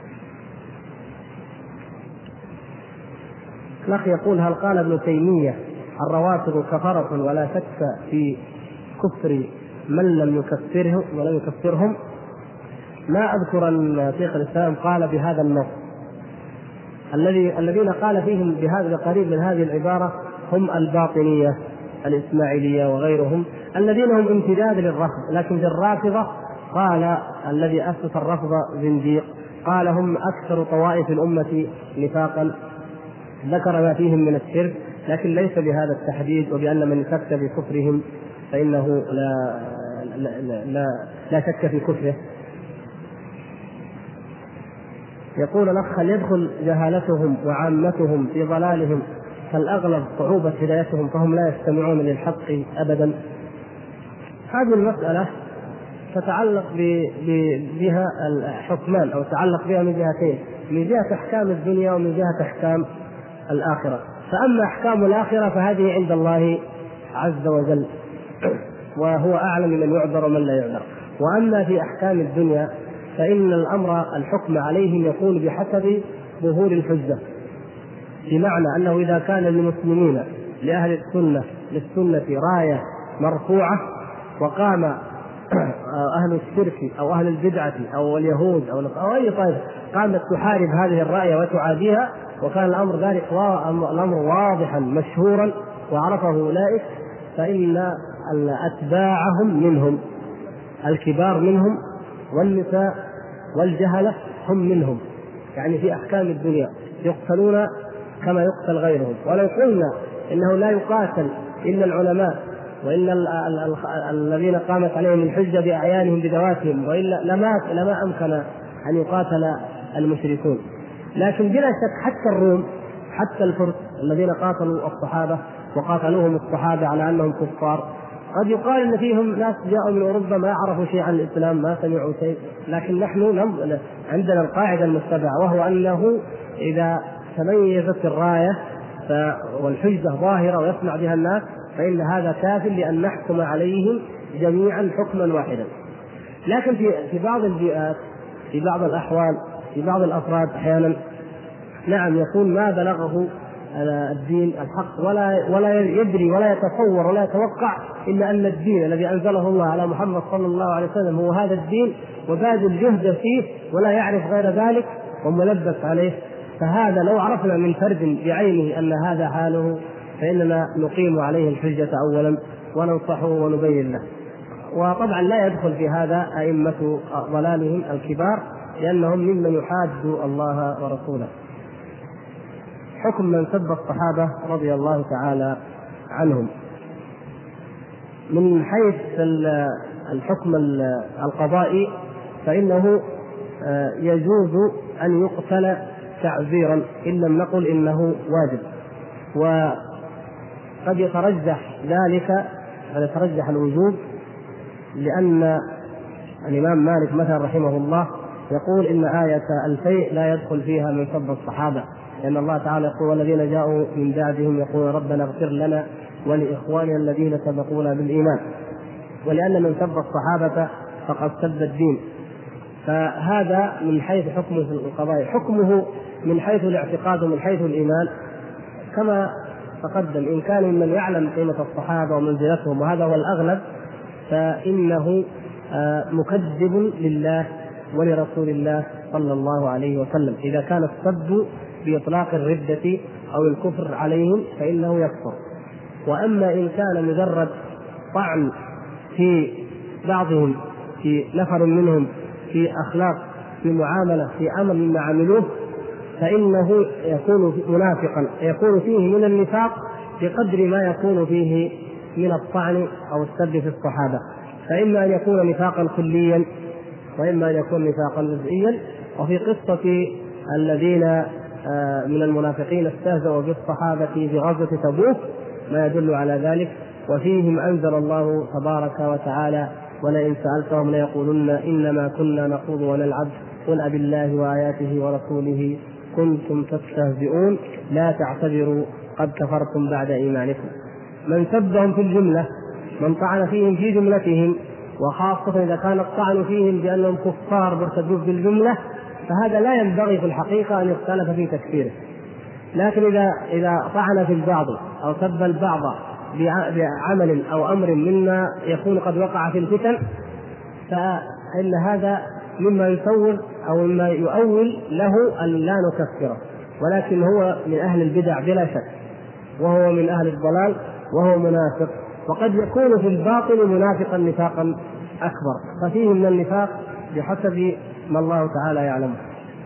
الأخ يقول هل قال ابن تيمية الرواتب كفرة ولا شك في كفر من لم يكفره ولم يكفرهم؟ ما أذكر أن شيخ الإسلام قال بهذا النص. الذي الذين قال فيهم بهذا قريب من هذه العبارة هم الباطنية الإسماعيلية وغيرهم الذين هم امتداد للرفض، لكن في الرافضة قال الذي أسس الرفض زنديق، قال هم أكثر طوائف الأمة نفاقا، ذكر ما فيهم من الشرك لكن ليس بهذا التحديد، وبأن من شك في كفرهم فإنه لا لا لا, لا شك في كفره. يقول الأخ هل يدخل جهالتهم وعامتهم في ضلالهم فالأغلب صعوبة هدايتهم فهم لا يستمعون للحق أبدا؟ هذه المسألة تتعلق بها الحكمان أو تتعلق بها من جهتين، من جهة أحكام الدنيا ومن جهة أحكام الآخرة. فأما أحكام الآخرة فهذه عند الله عز وجل وهو أعلم من يعذر ومن لا يعذر. وأما في أحكام الدنيا فإن الأمر الحكم عليهم يكون بحسب ظهور الحجة، بمعنى أنه إذا كان للمسلمين لأهل السنة للسنة راية مرفوعة وقام أهل الشرك أو أهل البدعة أو اليهود أو أي طائفة قامت تحارب هذه الراية وتعاديها، وكان الأمر ذلك الأمر واضحا مشهورا وعرفه أولئك، فإن أتباعهم منهم الكبار منهم والنساء والجهلة هم منهم، يعني في أحكام الدنيا يقتلون كما يقتل غيرهم. ولو قلنا إنه لا يقاتل إلا العلماء وإلا الذين قامت عليهم الحجة بأعيانهم بذواتهم وإلا لما لما أمكن أن يقاتل المشركون. لكن بلا شك حتى الروم حتى الفرس الذين قاتلوا الصحابة وقاتلوهم الصحابة على أنهم كفار، قد يقال إن فيهم ناس جاءوا من أوروبا ما عرفوا شيء عن الإسلام ما سمعوا شيء، لكن نحن عندنا القاعدة المتبعة وهو أنه إذا تميزت الراية والحجة ظاهرة ويسمع بها الناس فإن هذا كاف لأن نحكم عليهم جميعا حكما واحدا. لكن في في بعض البيئات في بعض الأحوال في بعض الأفراد أحيانا نعم يكون ما بلغه الدين الحق ولا ولا يدري ولا يتصور ولا يتوقع إلا أن الدين الذي أنزله الله على محمد صلى الله عليه وسلم هو هذا الدين وباذل جهد فيه ولا يعرف غير ذلك وملبس عليه. فهذا لو عرفنا من فرد بعينه أن هذا حاله فإننا نقيم عليه الحجة أولا وننصحه ونبين له. وطبعا لا يدخل في هذا أئمة ضلالهم الكبار لأنهم ممن يحادوا الله ورسوله. حكم من سب الصحابة رضي الله تعالى عنهم: من حيث الحكم القضائي فإنه يجوز أن يقتل تعزيرا إن لم نقل إنه واجب، وقد يترجح ذلك قد يترجح الوجوب، لأن الإمام مالك مثلا رحمه الله يقول إن آية الفيء لا يدخل فيها من سب الصحابة، لأن الله تعالى يقول: والذين جاءوا من بعدهم يقول ربنا اغفر لنا ولإخواننا الذين سبقونا بالإيمان، ولأن من سب الصحابة فقد سب الدين. فهذا من حيث حكمه في القضاء. حكمه من حيث الاعتقاد ومن حيث الإيمان كما تقدم، إن كان ممن يعلم قيمة الصحابة ومنزلتهم وهذا هو الأغلب فإنه مكذب لله ولرسول الله صلى الله عليه وسلم. إذا كان السب بإطلاق الردة أو الكفر عليهم فإنه يكفر. وأما إن كان مجرد طعن في بعضهم، في نفر منهم، في أخلاق، في معاملة، في أمر مما عملوه، فإنه يكون منافقا، يكون فيه من النفاق بقدر ما يكون فيه من الطعن أو السب في الصحابة، فإما أن يكون نفاقا كليا وإما أن يكون نفاقا جزئيا. وفي قصة الذين من المنافقين استهزأوا بالصحابة في غزوة تبوك ما يدل على ذلك، وفيهم أنزل الله تبارك وتعالى: ولئن سألتهم ليقولن إنما كنا نخوض ونلعب قل أبالله وآياته ورسوله كنتم تستهزئون لا تعتذروا قد كفرتم بعد إيمانكم. من سبهم في الجملة، من طعن فيهم في جملتهم، وخاصة إذا كان الطعن فيهم بأنهم كفار مرتدون في الجملة، فهذا لا ينبغي في الحقيقة أن يختلف في تكفيره. لكن إذا إذا طعن في البعض أو سب البعض بعمل أو أمر مما يكون قد وقع في الفتن، فإن هذا مما يسول أو مما يؤول له أن لا نكفره، ولكن هو من أهل البدع بلا شك، وهو من أهل الضلال، وهو منافق، وقد يكون في الباطن منافقا نفاقا أكبر، ففيه من النفاق بحسب ما الله تعالى يعلمه.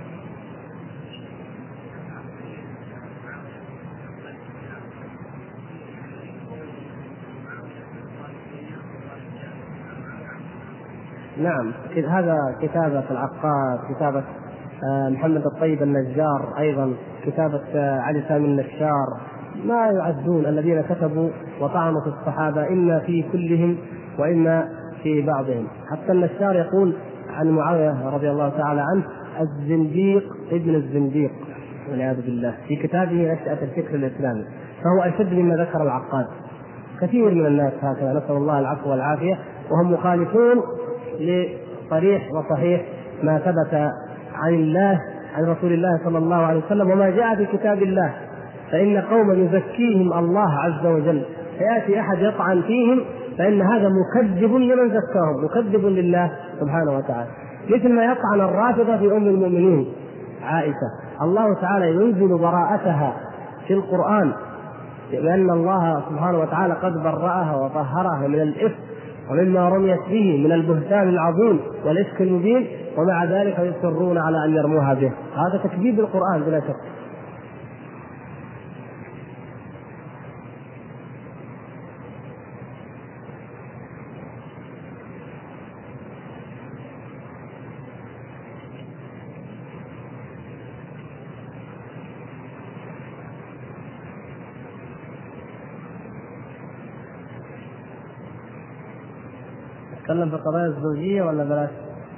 نعم، هذا كتابة العقاد، كتابة محمد الطيب النجار، أيضا كتابة علي سامي النشار، ما يعدون الذين كتبوا وطعنوا في الصحابة إما في كلهم وإما في بعضهم. حتى النشار يقول عن معاوية رضي الله تعالى عنه: الزنديق ابن الزنديق والعياذ بالله، في كتابه نشأة الفكر الإسلامي، فهو أشد مما ذكر العقاد. كثير من الناس هكذا، نسأل الله العفو والعافية، وهم مخالفون لصريح وصحيح ما ثبت عن الله عن رسول الله صلى الله عليه وسلم وما جاء في كتاب الله. فإن قوما يزكيهم الله عز وجل، فيأتي أحد يطعن فيهم فإن هذا مكذب لمن زكاهم، مكذب لله سبحانه وتعالى. مثل ما يطعن الرافضة في أم المؤمنين عائشة، الله تعالى ينزل براءتها في القرآن لأن الله سبحانه وتعالى قد برأها وطهرها من الإفك ومما رميت به من البهتان العظيم والإفك المبين، ومع ذلك يصرون على أن يرموها به. هذا تكذيب القرآن بلا شك. نتكلم في القضايا الزوجية ولا بلاش؟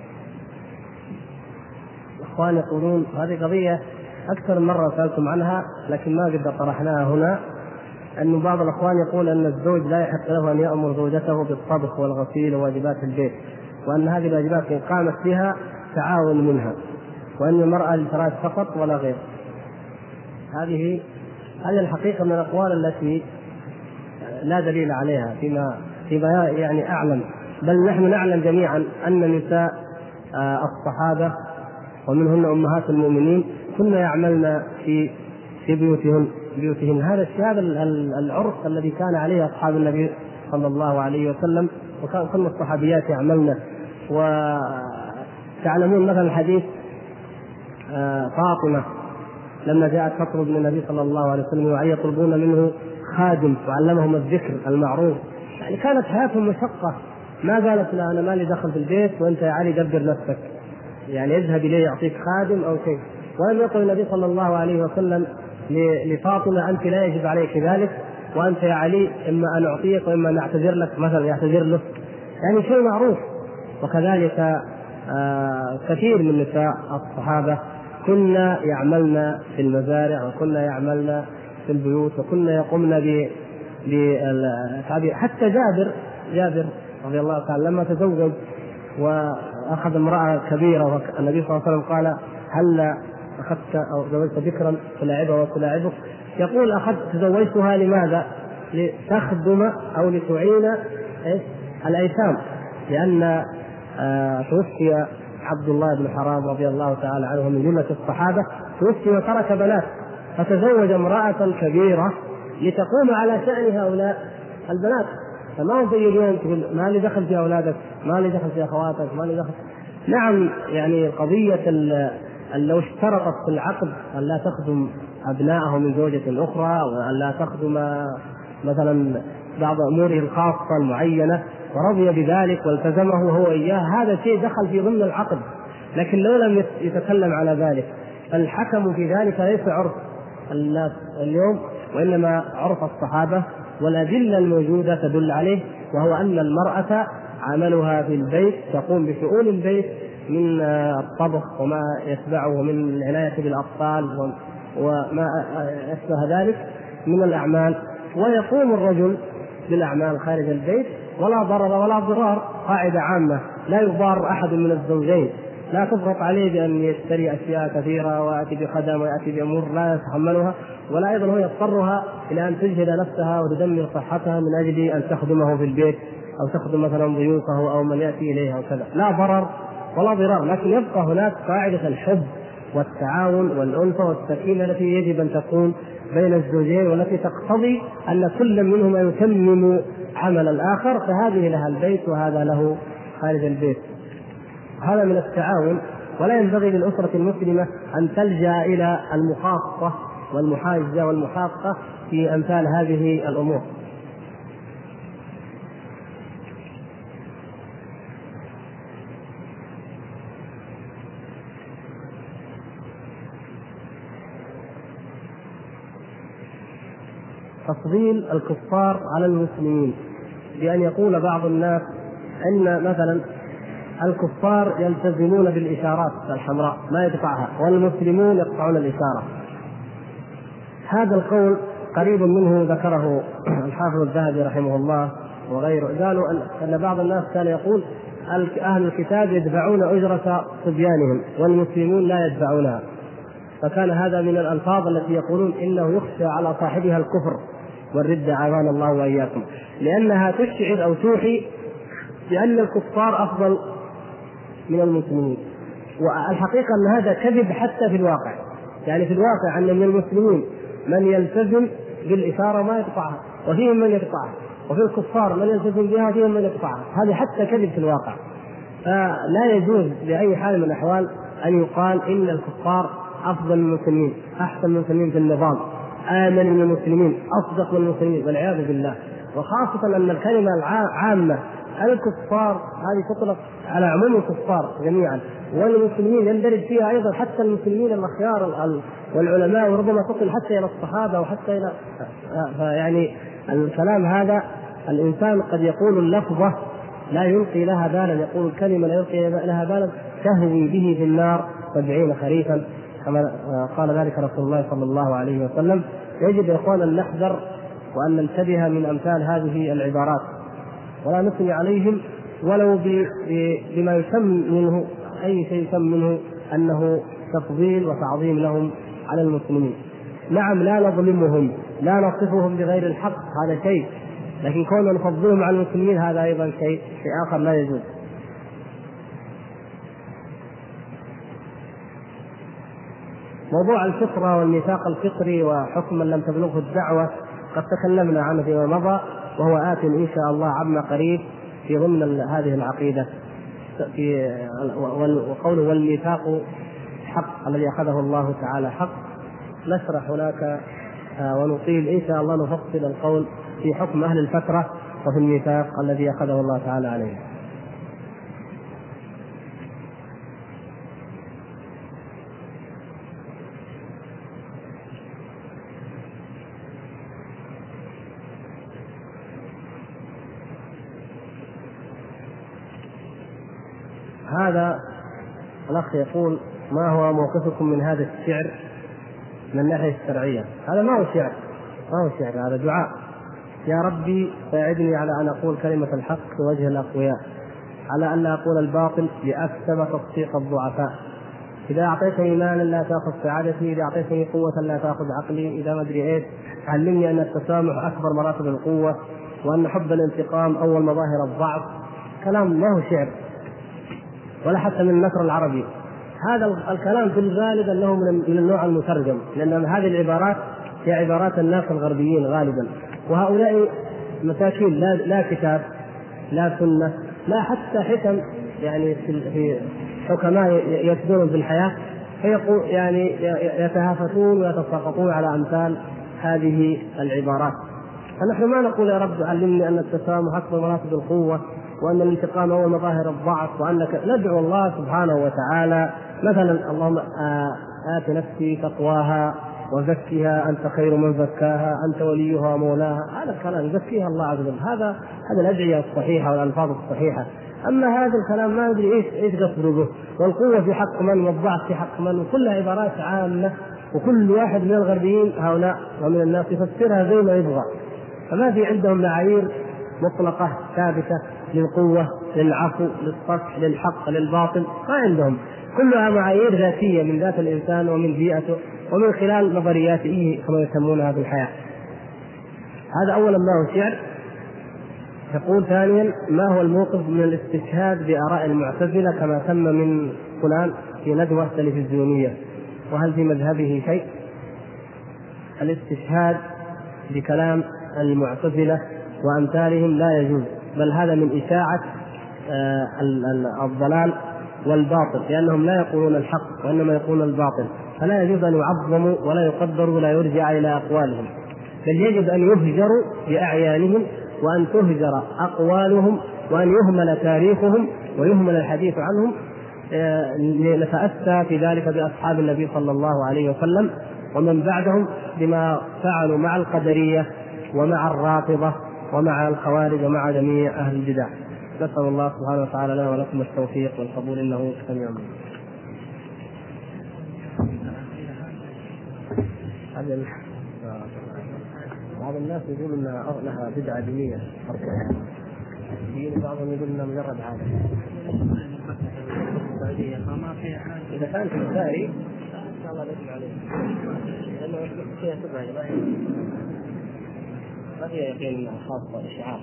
الإخوان يقولون هذه قضية أكثر من مرة سألتم عنها لكن ما قد طرحناها هنا، أن بعض الإخوان يقول أن الزوج لا يحق له أن يأمر زوجته بالطبخ والغسيل وواجبات البيت، وأن هذه الواجبات إن قامت بها تعاون منها، وأن المرأة للفراش فقط ولا غير. هذه هذه الحقيقة من الأقوال التي لا دليل عليها فيما فيما يعني أعلم، بل نحن نعلم جميعا أن نساء الصحابة ومنهن أمهات المؤمنين كنا يعملن في في بيوتهن بيوتهن هذا الشيء، هذا العرف الذي كان عليه أصحاب النبي صلى الله عليه وسلم، وكان كل الصحابيات يعملن. وتعلمون مثلا الحديث فاطمة لما جاءت تطلب من النبي صلى الله عليه وسلم وعلي يطلبون منه خادم وعلمهم الذكر المعروف، يعني كانت حياتهم مشقة. ما قالت لا أنا مالي دخل في البيت وأنت يا علي دبر نفسك، يعني اذهب إليه يعطيك خادم أو شيء. ولم يقل النبي صلى الله عليه وسلم لفاطمة أنت لا يجب عليك ذلك، وأنت يا علي إما أن أعطيك وإما أن أعتذر لك، مثلا يعتذر له، يعني شيء معروف. وكذلك آه كثير من نساء الصحابة كنا يعملن في المزارع وكنا يعملن في البيوت وكنا يقمن ب حتى جابر جابر رضي الله تعالى لما تزوج وأخذ امرأة كبيرة والنبي صلى الله عليه وسلم قال هل أخذت أو زوجت بكرا تلاعبها وتلاعبك؟ يقول أخذت تزوجتها لماذا؟ لتخدم أو لتعين الأيتام، لأن آه توفي عبد الله بن حرام رضي الله تعالى عنه من جملة الصحابة، توفي وترك بنات، فتزوج امرأة كبيرة لتقوم على شأن هؤلاء البنات. فما هو زي اليوم تقول ما لي دخل في أولادك، ما لي دخل في أخواتك، ما لي دخل. نعم، يعني قضية لو اشترطت في العقد أن لا تخدم أبنائه من زوجة أخرى وأن لا تخدم مثلا بعض أموره الخاصة المعينة ورضي بذلك والتزمه هو إياه، هذا شيء دخل في ضمن العقد. لكن لو لم يتكلم على ذلك الحكم في ذلك ليس عرف الناس اليوم وإنما عرف الصحابة، والأدلة الموجودة تدل عليه، وهو أن المرأة عملها في البيت تقوم بشؤون البيت من الطبخ وما يتبعه من العناية بالأطفال وما أشبه ذلك من الأعمال، ويقوم الرجل بالأعمال خارج البيت ولا ضرر ولا ضرار. قاعدة عامة لا يضار أحد من الزوجين، لا تضغط عليه بأن يشتري أشياء كثيرة ويأتي بخدم ويأتي بأمور لا يتحملها، ولا أيضا هو يضطرها إلى أن تجهد نفسها وتدمر صحتها من أجل أن تخدمه في البيت أو تخدم مثلا ضيوفه أو من يأتي إليها وكذا، لا ضرر ولا ضرار. لكن يبقى هناك قاعدة الحب والتعاون والألفة والسكينة التي يجب أن تكون بين الزوجين، والتي تقتضي أن كل منهما يتمم عمل الآخر، فهذه لها البيت وهذا له خارج البيت. هذا من التعاون، ولا ينبغي للأسرة المسلمة أن تلجأ إلى المخاصة والمحاجة والمحاقة في أمثال هذه الأمور. تفضيل الكفار على المسلمين، بأن يقول بعض الناس أن مثلا الكفار يلتزمون بالإشارات الحمراء ما يدفعها والمسلمون يقطعون الإشارة. هذا القول قريب منه ذكره الحافظ الذهبي رحمه الله وغيره، قالوا أن بعض الناس كان يقول أهل الكتاب يدفعون أجرة صبيانهم والمسلمون لا يدفعونها، فكان هذا من الألفاظ التي يقولون إنه يخشى على صاحبها الكفر والردة عافانا الله وإياكم، لأنها تشعر أو توحي بأن الكفار أفضل من المسلمين. والحقيقة أن هذا كذب حتى في الواقع، يعني في الواقع أن من المسلمين من يلتزم بالإشارة ما يقطعها وفيهم من يقطعها، وفي الكفار من يلتزم بها وفيهم من يقطعها، هذا حتى كذب في الواقع. فلا يجوز بأي حال من الأحوال أن يقال إن الكفار أفضل من المسلمين، أحسن من المسلمين في النظام، آمن من المسلمين، أصدق من المسلمين، والعياذ بالله. وخاصة أن الكلمة العامة الكفار هذه تطلق على عموم الكفار جميعا، والمسلمين يندرج فيها أيضا حتى المسلمين الأخيار والعلماء، وربما تصل حتى إلى الصحابة وحتى إلى يعني الكلام هذا. الإنسان قد يقول اللفظة لا يلقي لها بالا، يقول الكلمة لا يلقي لها بالا تهوي به في النار سبعين خريفا كما قال ذلك رسول الله صلى الله عليه وسلم. يجب يا إخوان أن نحذر وأن ننتبه من أمثال هذه العبارات، ولا نثني عليهم ولو بما يسمى منه أي شيء يسمى منه أنه تفضيل وتعظيم لهم على المسلمين. نعم لا نظلمهم، لا نصفهم بغير الحق، هذا شيء، لكن كوننا نفضلهم على المسلمين هذا أيضا شيء شيء آخر لا يجوز. موضوع الفطرة والميثاق الفطري وحكم من لم تبلغه الدعوة قد تكلمنا عنه فيما مضى، وهو آت إن شاء الله عما قريب في ضمن هذه العقيدة. في وقوله والميثاق الحق الذي أخذه الله تعالى حق. نشرح هناك ونطيل إن شاء الله نفصل القول في حكم أهل الفترة وفي الميثاق الذي أخذه الله تعالى عليه. هذا الأخ يقول: ما هو موقفكم من هذا الشعر من الناحية الشرعية؟ هذا ما هو شعر، ما هو شعر، هذا دعاء. يا ربي ساعدني على أن أقول كلمة الحق في وجه الأقوياء، على أن لا أقول الباطل لأكسب تصديق الضعفاء. إذا أعطيتني مالا لا تأخذ سعادتي، إذا أعطيتني قوة لا تأخذ عقلي، إذا ما أدري إيش. علمني أن التسامح أكبر مراتب القوة، وأن حب الانتقام أول مظاهر الضعف. كلام ما هو شعر ولا حتى من النثر العربي. هذا الكلام في الغالب أنه من النوع المترجم، لأن هذه العبارات هي عبارات الناس الغربيين غالبا، وهؤلاء مساكين لا, لا كتاب لا سنة لا حتى حكم، يعني في حكماء يسدون في الحياة، فيقول يعني يتهافتون ويتساقطون على أمثال هذه العبارات. فنحن ما نقول يا رب علمني أن التسامح أكبر مراتب القوة، وأن الانتقام هو مظاهر الضعف، وأنك ندعو الله سبحانه وتعالى مثلا: اللهم آت نفسي تقواها وزكها أنت خير من زكاها أنت وليها ومولاها. هذا الكلام يزكيها الله عز وجل، هذا هذا الأدعية الصحيحة والألفاظ الصحيحة. أما هذا الكلام ما أدري إيش إيش قصده به، والقوة في حق من والضعف في حق من، وكلها عبارات عامة، وكل واحد من الغربيين هؤلاء ومن الناس يفسرها زي ما يبغى. فما في عندهم معايير مطلقة ثابتة للقوة، للعفو، للصفح، للحق، للباطل، ما عندهم. كلها معايير ذاتية من ذات الإنسان ومن بيئته ومن خلال نظرياته كما يسمونها في الحياة. هذا أولا ما هو شعر. يقول ثانيا: ما هو الموقف من الاستشهاد بآراء المعتزلة كما تم من فلان في ندوة تلفزيونية، وهل في مذهبه شيء؟ الاستشهاد بكلام المعتزلة وأمثالهم لا يجوز، بل هذا من إشاعة الضلال والباطل، لأنهم لا يقولون الحق وإنما يقولون الباطل، فلا يجوز أن يعظموا ولا يقدروا ولا يرجع إلى أقوالهم، بل يجب أن يهجروا بأعيانهم، وأن تهجر أقوالهم، وأن يهمل تاريخهم ويهمل الحديث عنهم. نتأسى في ذلك بأصحاب النبي صلى الله عليه وسلم ومن بعدهم بما فعلوا مع القدرية ومع الرافضة ومع الخوارج ومع جميع أهل البدع. نسأل الله سبحانه وتعالى لنا ولكم التوفيق والقبول، إنه سميع مجيب. بعض الناس يقول انها بدعة دينية، بعضهم يقول انها مجرد عادة. إذا كان في السائر إن شاء الله ندعو عليه، لأنه فيها سبعة ما فيها يقين انها خاصة إشعار.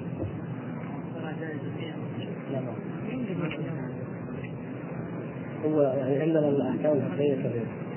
هو يعني عندنا الأحكام الفقهية كثيرة.